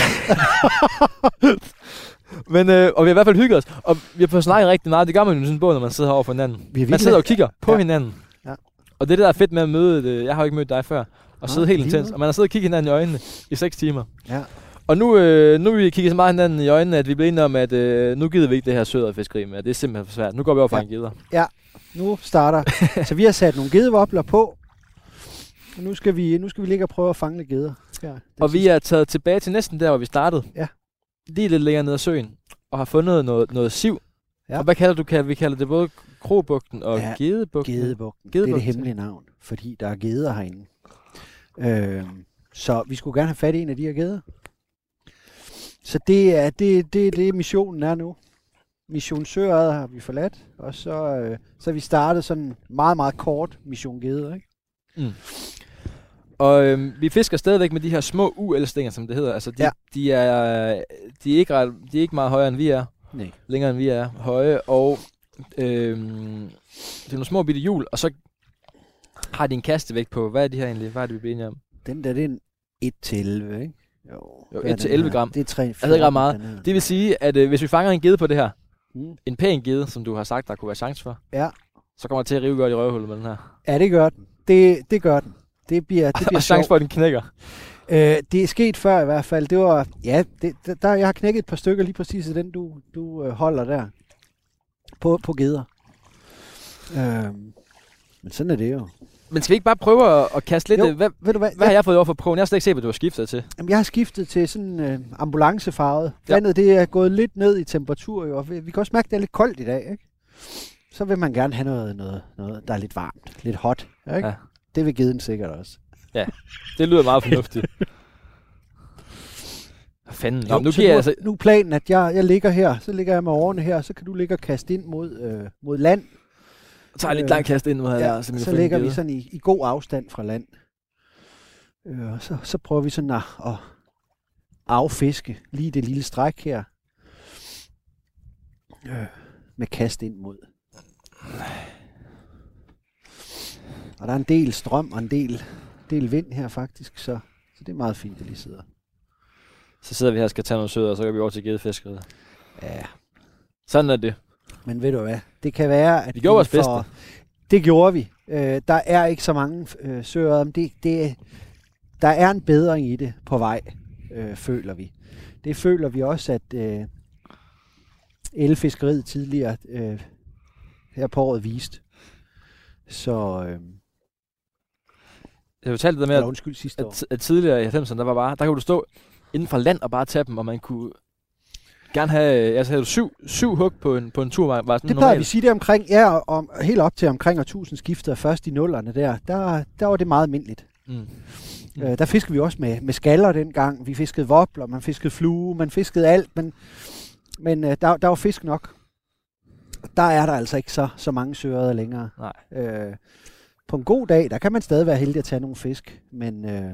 Men, øh, og vi har i hvert fald hygget os, og vi har fået snakket rigtig meget. Det gør man jo i sådan en båd, når man sidder over for hinanden. Vi Man sidder og kigger på Ja. hinanden. Ja. Og det er det, der er fedt med at møde, det, jeg har jo ikke mødt dig før, og Nå, sidde helt lige intens. måde. Og man har siddet og kigget hinanden i øjnene i seks timer. Ja. Og nu, øh, nu er vi kigget så meget hinanden i øjnene, at vi blev enige om, at øh, nu gider vi ikke det her sød og fiskeri mere. Det er simpelthen for svært. Nu går vi over for Ja. en gider. Nu starter. Så vi har sat nogle gedevobler på. Og nu skal vi, nu skal vi ligge og prøve at fange lidt geder. Ja, Og vi er taget tilbage til næsten der, hvor vi startede. Ja. Lige lidt længere ned ad søen. Og har fundet noget, noget siv. Ja. Og hvad kalder du? Kan vi kalder det både Krobugten og Ja, Gedebugten? Gedebugten. Det er Gedebugten. det hemmelige navn, fordi der er geder herinde. Øhm, så vi skulle gerne have fat i en af de her geder. Så det er det, det, det missionen er nu. Mission Søret har vi forladt, og så, øh, så har vi startet sådan en meget, meget kort mission geder, ikke? Mm. Og øhm, vi fisker stadigvæk med de her små U L-stænger, som det hedder. Altså, de, Ja. de, er, de, er ikke ret, de er ikke meget højere, end vi er. Nej. Længere, end vi er høje. Og øhm, det er nogle små bitte hjul, og så har de en kastevægt på. Hvad er de her egentlig? Hvad er det, vi bliver enige om? Den der, det er en et til elleve, ikke? Jo, Jo, hvad er et til den elleve her? gram. Det er tre, Altså ikke ret meget. den her. Det vil sige, at øh, hvis vi fanger en gede på det her, Mm. en pæn gede, som du har sagt, der kunne være chance for, Ja. så kommer jeg til at rive godt i røvhullet med den her. Ja, det gør den. Det, det gør den. Det bliver, det bliver Og chance sjovt. for, at den knækker. Øh, det er sket før i hvert fald. Det var, ja, det, der, der, jeg har knækket et par stykker lige præcis af den, du, du øh, holder der. På, på geder. Øh, men sådan er det jo. Men skal vi ikke bare prøve at, at kaste lidt... Jo, øh, Hvad, Ved du hvad? hvad har jeg fået over for prøven? Jeg har slet ikke set, hvad du har skiftet til. Jamen, jeg har skiftet til sådan øh, ambulancefarvet. Ja. Vandet det er gået lidt ned i temperatur, jo, og vi, vi kan også mærke, at det er lidt koldt i dag, ikke? Så vil man gerne have noget, noget, noget der er lidt varmt, lidt hot, ikke? Ja. Det vil geden sikkert også. Det lyder meget fornuftigt. Hvad fanden? Nå, Jo, men nu så giver jeg nu, altså... nu er planen, at jeg, jeg ligger her, så ligger jeg med årene her, så kan du ligge og kaste ind mod, øh, mod land. Så tager jeg lidt øh, langt kast ind mod her. Ja, der, så, vi kan så få en ligger vi gede. sådan i, i god afstand fra land. Øh, og så, så prøver vi sådan at, at affiske lige det lille stræk her. Øh, med kast ind mod. Og der er en del strøm og en del, del vind her faktisk, så, så det er meget fint, at lige sidder. Så sidder vi her og skal tage noget sød, og så går vi over til gedefiskeriet. Ja, Sådan er det. men ved du hvad? Det kan være, at Vi gjorde vores bedste. Det gjorde vi. Øh, der er ikke så mange øh, søer, men det, det, der er en bedring i det på vej, øh, føler vi. Det føler vi også, at øh, elfiskeriet tidligere øh, her på året viste. Så, øh, Jeg fortalte det med, eller at, undskyld, sidste år. at, at tidligere i halvfemserne, der var bare, der kunne du stå inden for land og bare tage dem, og man kunne gerne have, altså havde du syv, syv hug på en, på en tur, var, var sådan Det plejer vi normalt. sige det omkring, ja, om, helt op til omkring tusind skifter først i nullerne der, der, der var det meget almindeligt. Mm. Mm. Øh, der fiskede vi også med, med skaller dengang. Vi fiskede vobler, man fiskede flue, man fiskede alt, men, men øh, der, der var fisk nok. Der er der altså ikke så, så mange sører længere. Nej. Øh, på en god dag, der kan man stadig være heldig at tage nogle fisk, men, øh,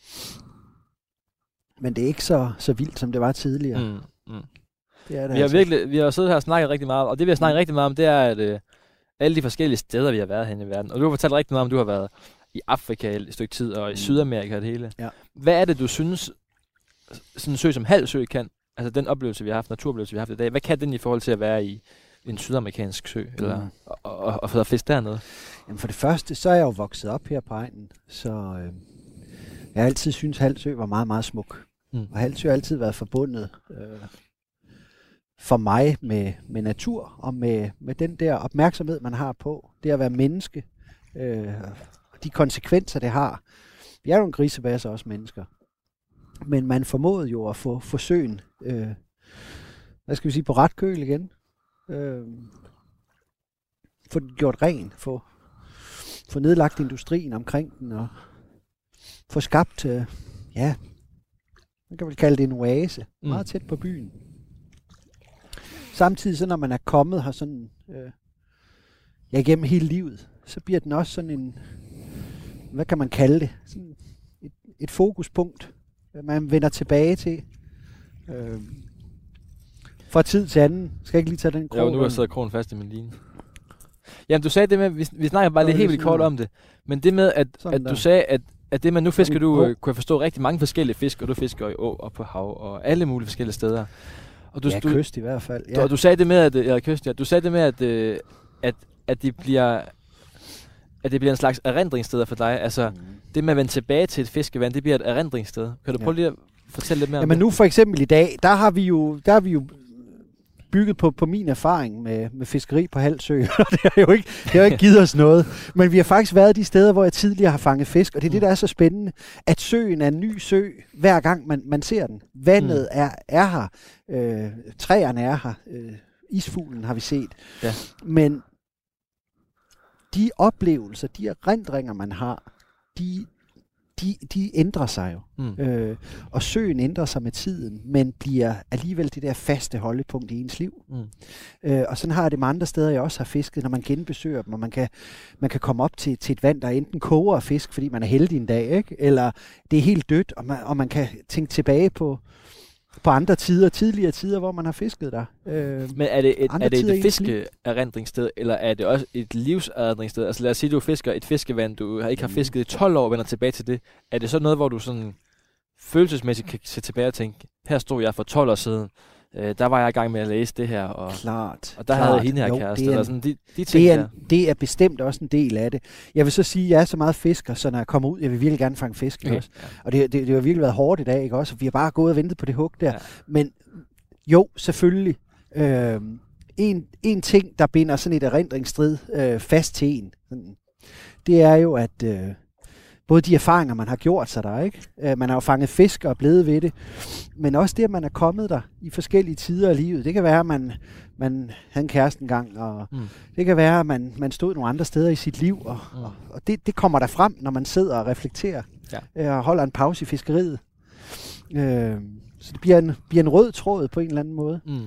men det er ikke så, så vildt, som det var tidligere. Mm. Mm. Mm. Det er det Vi har altså. virkelig, vi har siddet her og snakket rigtig meget, og det vi har snakket rigtig meget om, det er, at øh, alle de forskellige steder, vi har været hen i verden, og du har fortalt rigtig meget om, du har været i Afrika et stykke tid, og i Mm. Sydamerika og det hele. Ja. Hvad er det, du synes, sådan en sø som Halsø kan, altså den oplevelse, vi har haft, naturoplevelse, vi har haft i dag, hvad kan den i forhold til at være i en sydamerikansk sø, eller Mm. og, og, og, og fisk dernede? Jamen for det første, så er jeg jo vokset op her på egnen, så øh, jeg har altid synes Halsø var meget, meget smuk. Mm. Og Halsø har altid været forbundet øh, for mig med, med natur og med, med den der opmærksomhed, man har på det at være menneske. Øh, og de konsekvenser, det har. Vi er jo en grisebasser også mennesker. Men man formåede jo at få, få søen, øh, hvad skal vi sige, på ret køl igen. Øh, få den gjort ren, få, få nedlagt industrien omkring den, og få skabt, øh, ja, man kan vel kalde det en oase, Mm. meget tæt på byen. samtidig så når man er kommet her sådan, øh, ja, igennem hele livet, så bliver den også sådan en, hvad kan man kalde det, sådan et, et fokuspunkt, man vender tilbage til. Øh, fra tid til anden. Skal jeg ikke lige tage den krog? Jo, nu er jeg krogen fast i min line. Jamen, du sagde det med, vi, vi snakker bare Nå, lige helt vildt kort om det, men det med, at, at du sagde, at, at det med, nu fisker du, øh, kunne jeg forstå, rigtig mange forskellige fisk, og du fisker i å og på hav, og alle mulige forskellige steder. Og du, ja, du, kyst i hvert fald. Ja. Du, og du sagde det med, at, ja, kyst, ja. Du sagde det med, at, øh, at, at det bliver... at det bliver en slags erindringssted for dig. Altså, mm. det med at vende tilbage til et fiskevand, det bliver et erindringssted. Kan du ja. prøve lige at fortælle lidt mere Jamen om det? nu for eksempel i dag, der har vi jo, der har vi jo bygget på, på min erfaring med, med fiskeri på Halsø. det har jo ikke, det har jo ikke givet os noget. Men vi har faktisk været de steder, hvor jeg tidligere har fanget fisk. Og det er mm. det, der er så spændende, at søen er en ny sø, hver gang man, man ser den. Vandet mm. er, er her. Øh, træerne er her. Øh, isfuglen har vi set. Ja. Men de oplevelser, de erindringer, man har, de, de, de ændrer sig jo. Mm. Øh, og søen ændrer sig med tiden, men bliver alligevel det der faste holdepunkt i ens liv. Mm. Øh, og sådan har jeg det med andre steder, jeg også har fisket, når man genbesøger dem, og man kan, man kan komme op til, til et vand, der enten koger af fisk, fordi man er heldig en dag, ikke? Eller det er helt dødt, og man, og man kan tænke tilbage på på andre tider, tidligere tider, hvor man har fisket der. Øh, Men er det et, er det et fiskeerindringssted, eller er det også et livserindringssted? Altså lad os sige, du fisker et fiskevand, du har ikke har fisket i tolv år, og vender tilbage til det. Er det så noget, hvor du sådan følelsesmæssigt kan se tilbage og tænke, her stod jeg for tolv år siden, øh, der var jeg i gang med at læse det her, og, klart, og der klart. havde jeg hende her jo, kæreste. Det er, eller sådan, de, de ting det, er, der. det er bestemt også en del af det. Jeg vil så sige, at jeg er så meget fisker, så når jeg kommer ud, jeg vil virkelig gerne fange fisk okay. også. Ja. Og det, det, det har virkelig været hårdt i dag, ikke også? Vi har bare gået og ventet på det hug der. Ja. Men jo, selvfølgelig. Øh, en, en ting, der binder sådan et erindringsstrid øh, fast til en, det er jo, at øh, både de erfaringer, man har gjort sig der, ikke? Øh, man har jo fanget fisk og er blevet ved det, men også det, at man er kommet der i forskellige tider af livet. Det kan være, at man, man havde en kæreste engang, og mm. det kan være, at man, man stod nogle andre steder i sit liv, og, mm. og, og det, det kommer der frem, når man sidder og reflekterer, ja. øh, og holder en pause i fiskeriet. Øh, så det bliver en, bliver en rød tråd på en eller anden måde. Mm.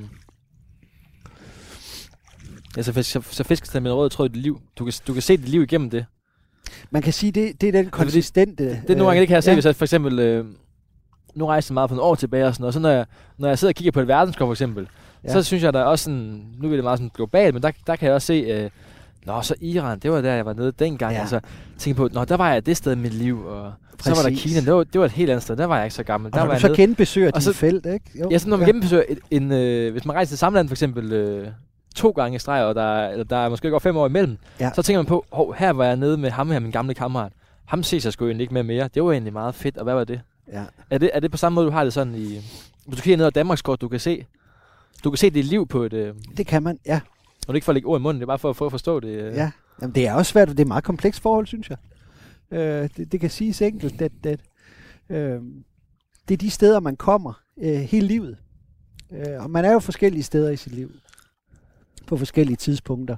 Ja, så, så, så fiskes der med en rød tråd i dit liv. Du kan, du kan se dit liv igennem det. Man kan sige, det, det er den konsistente... Det, det er nogle gange, det kan jeg se, ja. Hvis jeg for eksempel... Øh, nu rejser jeg meget for nogle år tilbage og sådan noget. Så når jeg, når jeg sidder og kigger på et verdenskort for eksempel, ja. Så synes jeg, der er også sådan... Nu er det meget sådan globalt, men der, der kan jeg også se... Øh, Nå, så Iran, det var der, jeg var nede dengang. Ja. Altså, tænkte på, nå, der var jeg det sted i mit liv, og præcis. Så var der Kina, det var, det var et helt andet sted, der var jeg ikke så gammel. Og der var var du så genbesøger dit felt, ikke? Jo. Ja, så når man ja. genbesøger et, en... Øh, hvis man rejser til samme land for eksempel... Øh, to gange i streg, og der er, der er måske godt fem år imellem, ja. Så tænker man på, hov, her var jeg nede med ham her, min gamle kammerat. Ham ses jeg sgu egentlig ikke med mere. Det var egentlig meget fedt, og hvad var det? Ja. Er det, er det på samme måde, du har det sådan i... Hvis du kigger ned ad Danmarkskort, du kan se... Du kan se dit liv på et... Øh, det kan man, ja. Og det er ikke for at lægge ord i munden, det er bare for at få at forstå det. Øh. Ja, jamen, det er også svært, det er et meget komplekst forhold, synes jeg. Øh, det, det kan siges enkelt, at, at øh, det er de steder, man kommer øh, hele livet. Øh, og man er jo forskellige steder i sit liv. På forskellige tidspunkter.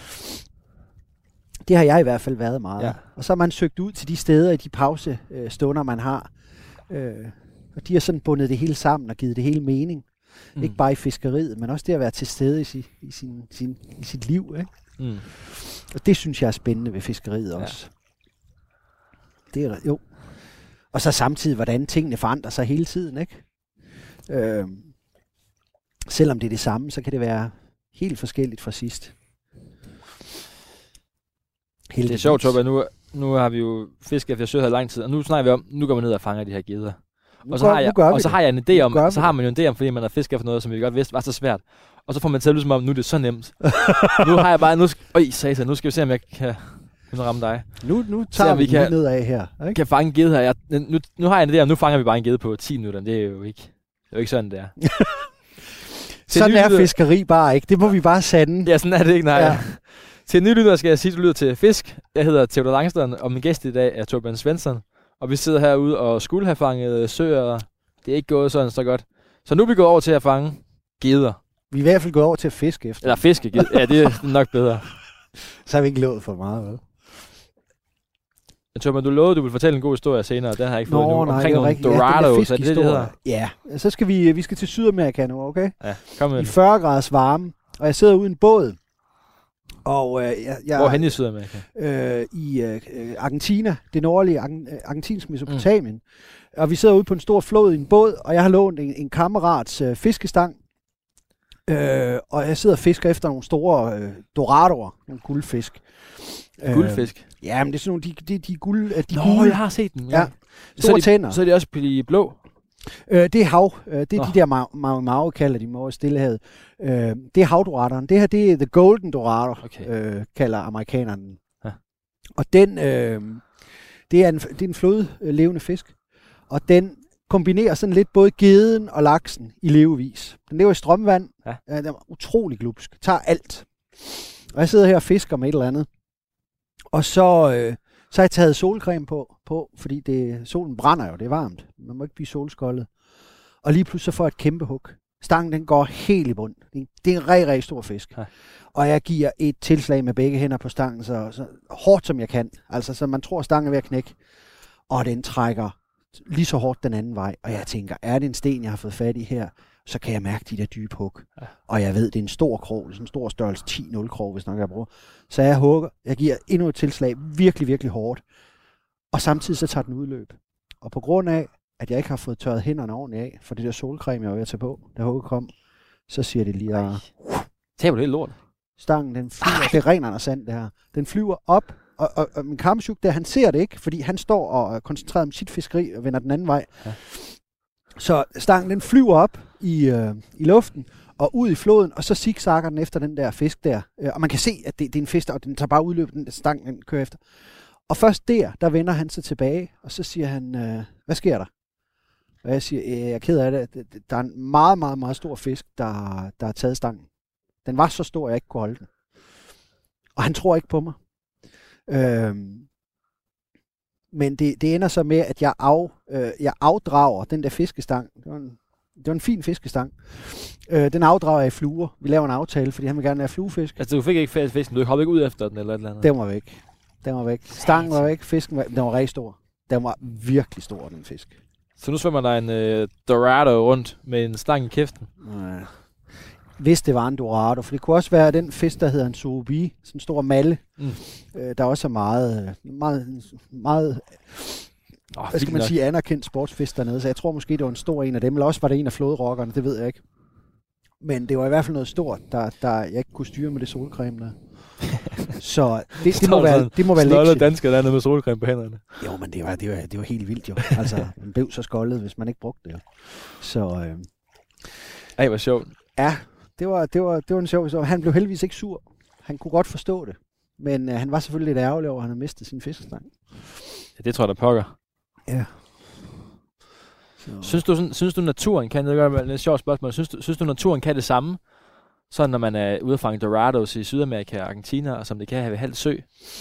Det har jeg i hvert fald været meget. Ja. Og så har man søgt ud til de steder i de pausestunder, man har. Øh, og de har sådan bundet det hele sammen og givet det hele mening. Mm. Ikke bare i fiskeriet, men også det at være til stede i, si, i, sin, sin, i sit liv. Ikke? Mm. Og det synes jeg er spændende ved fiskeriet også. Ja. Det er jo. Og så samtidig, hvordan tingene forandrer sig hele tiden. Ikke? Øh, selvom det er det samme, så kan det være helt forskelligt fra sidst. Heldigvis. Det er sjovt, Torben. Nu, nu har vi jo fisket efter sød her lang tid, og nu snakker vi om, nu går man ned og fanger de her geder. Og så, gør, har jeg, og så har jeg en idé om, så har man jo en idé om, fordi man har fisket efter noget, som vi godt vidste var så svært. Og så får man til at lyde som om, nu er det så nemt. Nu har jeg bare, nu skal, øj, satan, nu skal vi se, om jeg kan, kan ramme dig. Nu, nu tager vi, vi kan, ned af her. Ikke? Kan fange en gede her. Jeg, nu, nu har jeg en idé om, nu fanger vi bare en gede på ti minutter. Det er jo ikke, det er jo ikke sådan, det er. Sådan er fiskeri bare ikke. Det må vi bare sande. Ja, sådan er det ikke, nej. Ja. Til nye lytter skal jeg sige, at du lytter til Fisk. Jeg hedder Theodor Langstrøm, og min gæst i dag er Torben Svensson. Og vi sidder herude og skulle have fanget søer. Det er ikke gået sådan så godt. Så nu er vi gået over til at fange geder. Vi er i hvert fald gået over til at fiske efter. Eller fiske. Ja, det er nok bedre. Så har vi ikke lovet for meget, vel? Jeg tror, men du lovede, du ville fortælle en god historie senere, den har jeg ikke fået Nå, endnu. nej, Omkring det nogle rigtigt. Dorados, Ja, er det det, det hedder? Ja, så skal vi, vi skal til Sydamerika nu, okay? Ja, kom med I det. fyrre graders varme, og jeg sidder ude i en båd. Og øh, jeg, jeg, Hvor hen i Sydamerika? Øh, I øh, Argentina, det nordlige Argen- argentinske Mesopotamien. Mm. Og vi sidder ude på en stor flod i en båd, og jeg har lånt en, en kammerats øh, fiskestang. Øh, og jeg sidder og fisker efter nogle store øh, doradoer, nogle guldfisk. Guldfisk? Øh, ja, men det er sådan nogle, de, de, de, guld, de Nå, gule. jeg har set dem. Ja. Ja. Så Store er de, tænder. Så er de også i blå? Øh, det er hav. Øh, det er Nå. de der mau-mau kalder de dem over i Stillehavet. Øh, det er havdoraderen. Det her, det er the golden dorado, Okay. øh, kalder amerikanerne den. Ja. Og den, øh, det er en, det er en flodlevende fisk. Og den kombinerer sådan lidt både geden og laksen i levevis. Den lever i strømvand. Ja. Øh, den er utrolig glupsk. Tager alt. Og jeg sidder her og fisker med et eller andet. Og så, øh, så har jeg taget solcreme på, på fordi det, solen brænder jo, det er varmt. Man må ikke blive solskoldet. Og lige pludselig så får jeg et kæmpe hug. Stangen den går helt i bund. Det er en, det er en rigtig, rigtig stor fisk. Ja. Og jeg giver et tilslag med begge hænder på stangen, så, så hårdt som jeg kan. Altså, så man tror, stangen er ved at knække. Og den trækker lige så hårdt den anden vej. Og jeg tænker, er det en sten, jeg har fået fat i her, så kan jeg mærke de der dybe hug. Ja. Og jeg ved, det er en stor krog, sådan en stor størrelse ti nul krog, hvis nok jeg bruger. Så jeg hugger, jeg giver endnu et tilslag, virkelig, virkelig hårdt. Og samtidig så tager den udløb. Og på grund af, at jeg ikke har fået tørret hænderne ordentligt af, for det der solcreme, jeg var ved at tage på, da hugget kom, så siger det lige, at Taber du helt lort? stangen, den flyver, det er ren og sand det her. Den flyver op, og, og, og min kammerchuk der, han ser det ikke, fordi han står og er koncentreret om sit fiskeri og vender den anden vej. Ja. Så stangen, den flyver op i, øh, i luften, og ud i floden, og så zigzagger den efter den der fisk der. Øh, og man kan se, at det, det er en fisk, og den tager bare udløb, den stang, den kører efter. Og først der, der vender han sig tilbage, og så siger han, øh, hvad sker der? Og jeg siger, øh, jeg er ked af det. Der er en meget, meget, meget stor fisk, der, der har taget stangen. Den var så stor, at jeg ikke kunne holde den. Og han tror ikke på mig. Øhm, men det, det ender så med, at jeg, af, øh, jeg afdrager den der fiskestang. Det var en, det var en fin fiskestang. Øh, den afdrager jeg i fluer. Vi laver en aftale, fordi han vil gerne have fluefisk. Altså, du fik ikke fat i fisken, du hoppede ikke ud efter den eller et eller andet? Den var væk. Den var væk. Stangen var væk, fisken var, den var rigtig stor. Den var virkelig stor, den fisk. Så nu svømmer der en øh, Dorado rundt med en stang i kæften? Ja. Hvis det var en Dorado, for det kunne også være den fisk, der hedder en Sobi, sådan en stor malle, mm. øh, der også er meget, meget, meget oh, hvad skal man nok. sige, anerkendt sportsfisk dernede, så jeg tror måske, det var en stor en af dem, eller også var det en af flodrokkerne, det ved jeg ikke. Men det var i hvert fald noget stort, der, der jeg ikke kunne styre med det solcreme der. Så det, det må være, det må være lektie. Stolte dansker dernede med solcreme på hænderne. Jo, men det var, det var, det var helt vildt jo. Altså, man blev så skoldet, hvis man ikke brugte det jo. Så, øh, ej, hvor sjovt. Ja, det var, det var, det var en sjov historie. Han blev heldigvis ikke sur. Han kunne godt forstå det. Men øh, han var selvfølgelig lidt ærgerlig over, at han havde mistet sin fiskestang. Ja, det tror jeg, der pokker. Ja. Så. Synes du, sådan, synes du naturen kan, det er et sjovt spørgsmål, synes du, synes du naturen kan det samme, sådan når man er ude at fange Dorados i Sydamerika og Argentina, og som det kan have ved halv sø?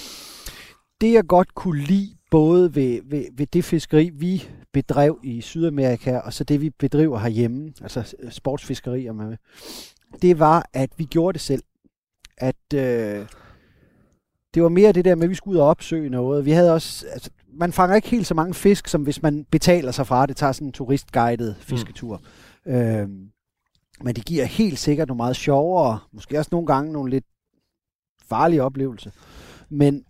Det jeg godt kunne lide, både ved, ved, ved det fiskeri, vi bedrev i Sydamerika, og så det vi bedriver herhjemme, altså sportsfiskeri, med, det var, at vi gjorde det selv. At øh, det var mere det der med, at vi skulle ud og opsøge noget. Vi havde også, altså, man fanger ikke helt så mange fisk, som hvis man betaler sig fra det, tager sådan en turistguided fisketur. Mm. Øh, men det giver helt sikkert nogle meget sjovere, måske også nogle gange nogle lidt farlige oplevelser. Men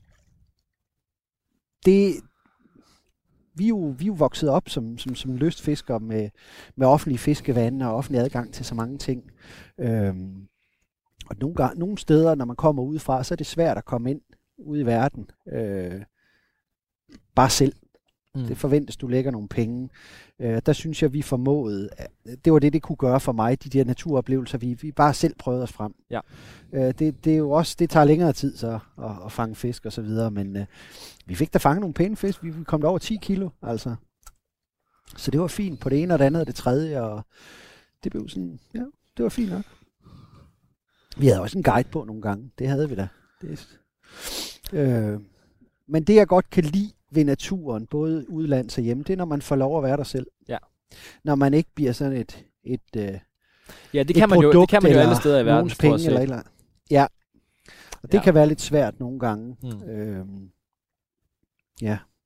det, vi er jo, vi er jo vokset op som, som, som lystfiskere med, med offentlige fiskevande og offentlig adgang til så mange ting. Øhm, og nogle, gange, nogle steder, når man kommer udefra, så er det svært at komme ind ud i verden. Øh, bare selv. Mm. Det forventes, du lægger nogle penge. Øh, der synes jeg, vi formåede, det var det, det kunne gøre for mig, de der naturoplevelser, vi, vi bare selv prøvede os frem. Ja. Øh, det, det er jo også, det tager længere tid så at, at fange fisk og så videre, men øh, vi fik da fanget nogle pæne fisk, vi kom der over ti kilo, altså. Så det var fint på det ene og det andet og det tredje, og det blev sådan, ja, det var fint nok. Vi havde også en guide på nogle gange, det havde vi da. Det, øh, men det jeg godt kan lide ved naturen, både udlands og hjemme, det er, når man får lov at være der selv. Ja. Når man ikke bliver sådan et, et, et ja, det kan man jo, det kan man jo alle steder i verden, penge eller, eller Ja, og det ja. kan være lidt svært nogle gange. Mm. Øhm, ja.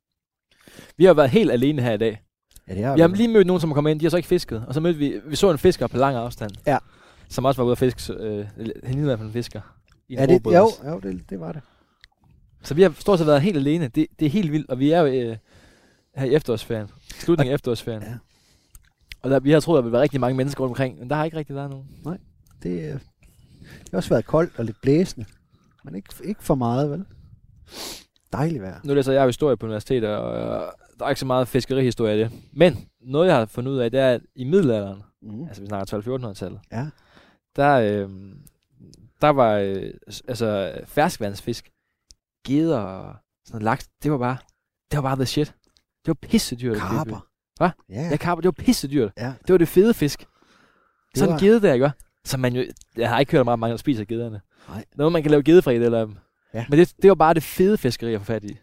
Vi har været helt alene her i dag. Ja, det har vi har lige mødt nogen, som er kommet ind. De har så ikke fisket. Og så mødte vi, vi så en fisker på lang afstand. Ja. Som også var ude at fiske. Øh, han lignede en fisker. I ja, det, jo, jo det, det var det. Så vi har stort set været helt alene. Det, det er helt vildt. Og vi er jo øh, her i efterårsferien. Slutningen af efterårsferien. Ja. Og der, vi har troet, at der ville være rigtig mange mennesker rundt omkring. Men der har ikke rigtig været nogen. Nej, det, øh, det har også været koldt og lidt blæsende. Men ikke, ikke for meget, vel? Dejligt vejr. Nu læser jeg historie på universitetet, og øh, der er ikke så meget fiskerihistorie i det. Men noget, jeg har fundet ud af, det er, at i middelalderen, mm. altså vi snakker tolv-fjortenhundredetallet, ja. der, øh, der var øh, altså ferskvandsfisk, geder og sådan noget laks, det var bare, det var bare the shit. Det var pissedyrt. Karper. Hvad? Ja. Ja, karper, det var pissedyrt. Ja. Det var det fede fisk. Det sådan en var... gede der, ikke? Så man jo, jeg har ikke hørt meget, mange der spiser gederne. Nej. Noget, man kan lave gedefri eller ja. Men det, det var bare det fede fiskeri at få fat i.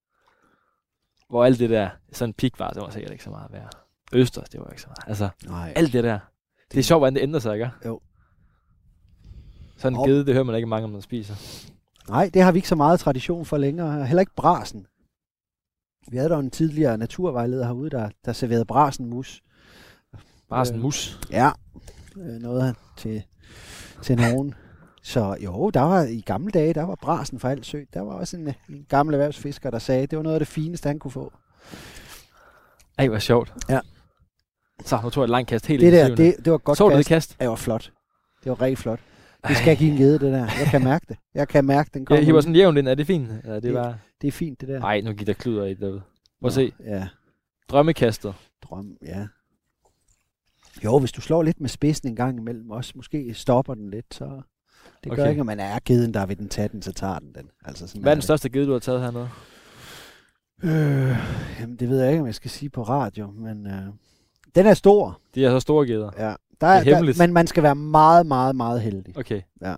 Hvor alt det der, sådan en pik var, det var sikkert ikke så meget værd. Østers, det var ikke så meget. Altså, nej. Alt det der. Det, det er sjovt, hvordan det ændrer sig, ikke? Jo. Sådan en oh. gede, det hører man ikke mange, om man spiser. Nej, det har vi ikke så meget tradition for længere. Heller ikke brasen. Vi havde da en tidligere naturvejleder herude, der, der serverede brasenmus. Brasenmus? Øh, ja, øh, noget han til, til nogen. Så jo, der var i gamle dage, der var brasen for alt sø. Der var også en, en gammel erhvervsfisker, der sagde, at det var noget af det fineste, han kunne få. Ej, hvor sjovt. Ja. Så, nu tog jeg et langt kast helt det der, det, det var godt så kast. Så det kast? Ja, det var flot. Det var rigtig flot. Det skal give en gede, det der. Jeg kan mærke det. Jeg kan mærke, den kommer. Jeg hiver sådan jævnt ind. Er det fint? Ja, det, det, var... det er fint, det der. Nej, nu giver der kluder i derude. Prøv at se. Ja. Drømmekastet. Drøm, ja. Jo, hvis du slår lidt med spidsen en gang imellem, også måske stopper den lidt, så det gør okay. ikke, at man er geden, der vil den tage den, så tager den den. Altså, sådan hvad er den det. største gede, du har taget hernede? Øh, jamen, det ved jeg ikke, om jeg skal sige på radio, men øh, den er stor. De er så store geder. Ja. Der er, det er hemmeligt. Der, men man skal være meget, meget, meget heldig. Okay. Ja.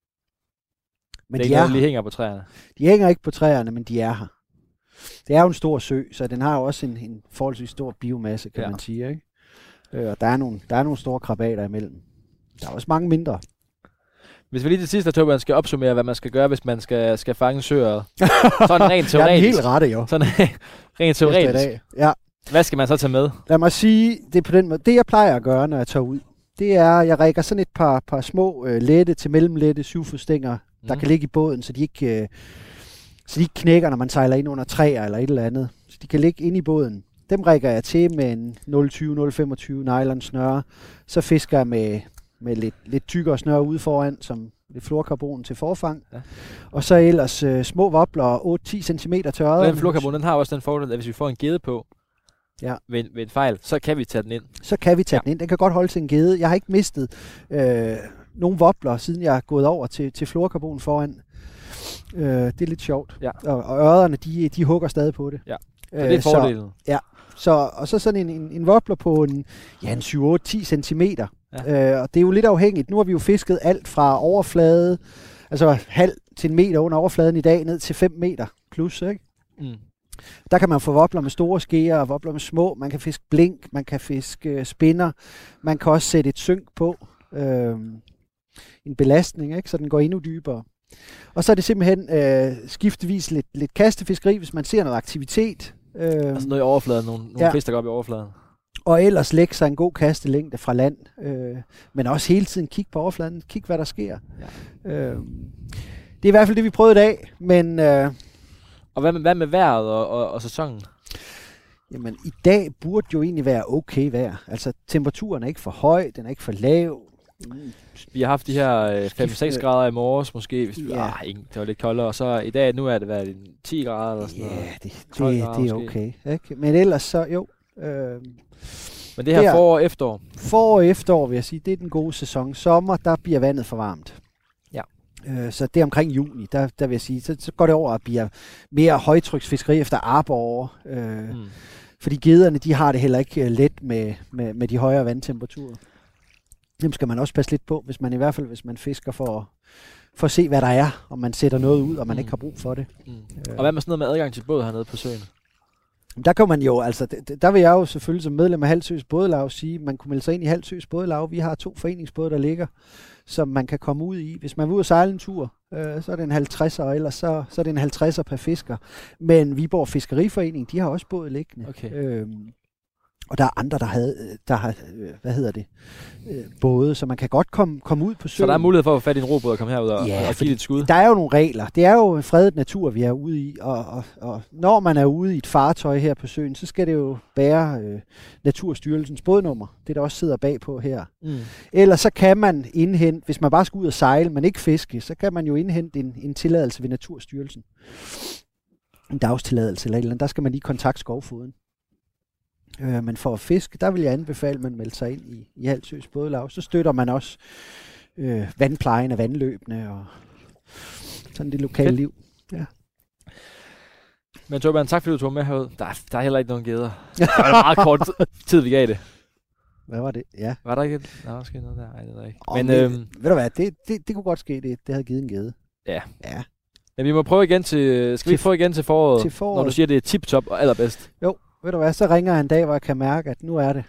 Men det er de ikke noget, de hænger på træerne? De hænger ikke på træerne, men de er her. Det er jo en stor sø, så den har jo også en, en forholdsvis stor biomasse, kan ja. man sige, ikke? Øh, og der er, nogle, der er nogle store krabater imellem. Der er også mange mindre. Hvis vi lige til sidst, at man skal opsummere, hvad man skal gøre, hvis man skal, skal fange søer. Sådan rent teoretisk. Jeg er helt rette, jo. Sådan rent teoretisk. Ja. Hvad skal man så tage med? Lad mig sige, det er på den måde. Det, jeg plejer at gøre, når jeg tager ud, det er, at jeg rækker sådan et par, par små, øh, lette til mellemlette syvfodstænger, mm. der kan ligge i båden, så de ikke... Øh, så de ikke knækker, når man sejler ind under træer eller et eller andet. Så de kan ligge inde i båden. Dem rækker jeg til med en nul tyve nul femogtyve nylon snøre. Så fisker jeg med, med lidt, lidt tykkere snøre ude foran, som lidt fluorkarbon til forfang. Ja. Og så ellers øh, små wobbler, otte til ti centimeter til øjet. Den fluorkarbon, den har også den fordel, at hvis vi får en gede på ja. ved, ved en fejl, så kan vi tage den ind. Så kan vi tage ja. den ind. Den kan godt holde til en gede. Jeg har ikke mistet øh, nogen wobbler, siden jeg er gået over til, til fluorkarbon foran. Øh, det er lidt sjovt. Ja. Og, og ørrederne, de, de hugger stadig på det. Ja. Så det er fordelen. Så, ja. Så, og så sådan en, en, en wobbler på en, ja, en syv otte ti centimeter. Ja. Øh, og det er jo lidt afhængigt. Nu har vi jo fisket alt fra overflade, altså halv til en meter under overfladen i dag, ned til fem meter plus, ikke? Mm. Der kan man få wobbler med store skeer og wobbler med små. Man kan fiske blink, man kan fiske øh, spinner. Man kan også sætte et synk på. Øh, en belastning, ikke? Så den går endnu dybere. Og så er det simpelthen øh, skiftevis lidt, lidt kastefiskeri, hvis man ser noget aktivitet. Øh, altså noget i overfladen, nogle, nogle ja. fisk, der går op i overfladen. Og ellers lægge sig en god kastelængde fra land. Øh, men også hele tiden kigge på overfladen, kigge hvad der sker. Ja. Øh, det er i hvert fald det, vi prøvede i dag. Men, øh, og hvad med, hvad med vejret og, og, og sæsonen? Jamen, i dag burde jo egentlig være okay vejr. Altså, temperaturen er ikke for høj, den er ikke for lav. Mm. Vi har haft de her øh, fem seks grader i morges måske, hvis ja. ah, ikke, det var lidt koldere, og så i dag, nu er det været ti grader eller sådan ja, noget. Det, det, det er okay. Ikke? Men ellers så, jo. Øh, Men det her der, forår og efterår? Forår og efterår, vil jeg sige, det er den gode sæson. Sommer, der bliver vandet for varmt. Ja. Øh, så det er omkring juni, der, der vil jeg sige, så, så går det over og bliver mere højtryksfiskeri efter arbor. Øh, mm. Fordi gederne, de har det heller ikke let med, med, med de højere vandtemperaturer. Dem skal man også passe lidt på, hvis man i hvert fald, hvis man fisker for, for at se, hvad der er, om man sætter noget ud, og man mm. ikke har brug for det. Mm. Øh. Og hvad med sådan noget med adgang til båd hernede på søen? Der kan man jo, altså, der vil jeg jo selvfølgelig som medlem af Halsøs Bådelav sige, man kunne melde sig ind i Halsøs Bådelav. Vi har to foreningsbåde, der ligger, som man kan komme ud i. Hvis man vil ud og sejle en tur, øh, så er det en halvtredser, og ellers så, så er det en halvtredser per fisker. Men Viborg Fiskeriforening, de har også båd liggende. Okay. Øhm, og der er andre, der, havde, der har, hvad hedder det, øh, både, så man kan godt komme, komme ud på søen. Så der er mulighed for at få fat i en robåd og komme herud og, ja, og give et skud? Der er jo nogle regler. Det er jo en fredet natur, vi er ude i, og, og, og når man er ude i et fartøj her på søen, så skal det jo bære øh, Naturstyrelsens bådnummer, det der også sidder bagpå her. Mm. Ellers så kan man indhente, hvis man bare skal ud og sejle, men ikke fiske, så kan man jo indhente en, en tilladelse ved Naturstyrelsen. En dagstilladelse eller et eller andet. Der skal man lige kontakte Skovfoden. Øh, men for at fiske, der vil jeg anbefale, at man melder sig ind i, i Halsøs Bådelav. Så støtter man også øh, vandplejen af vandløbene og sådan det lokale Fedt. liv. Ja. Men Torbjørn, tak fordi du tog med herud. Der er, der er heller ikke nogen gæder. Det var meget kort tid, vi gav det. Hvad var det? Ja. Var der ikke et... Nej, der skete noget der. Ej, det er der ikke. Oh, men, men øhm, ved du hvad, det, det, det kunne godt ske, det, det havde givet en gæde. Ja. Ja. Men vi må prøve igen til... Skal vi til, prøve igen til foråret, til foråret, når du siger, det er tip-top og allerbedst? Jo, ved du hvad, så ringer jeg en dag, hvor jeg kan mærke, at nu er det.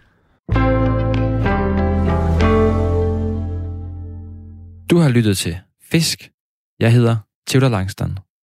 Du har lyttet til Fisk. Jeg hedder Theodor Langston.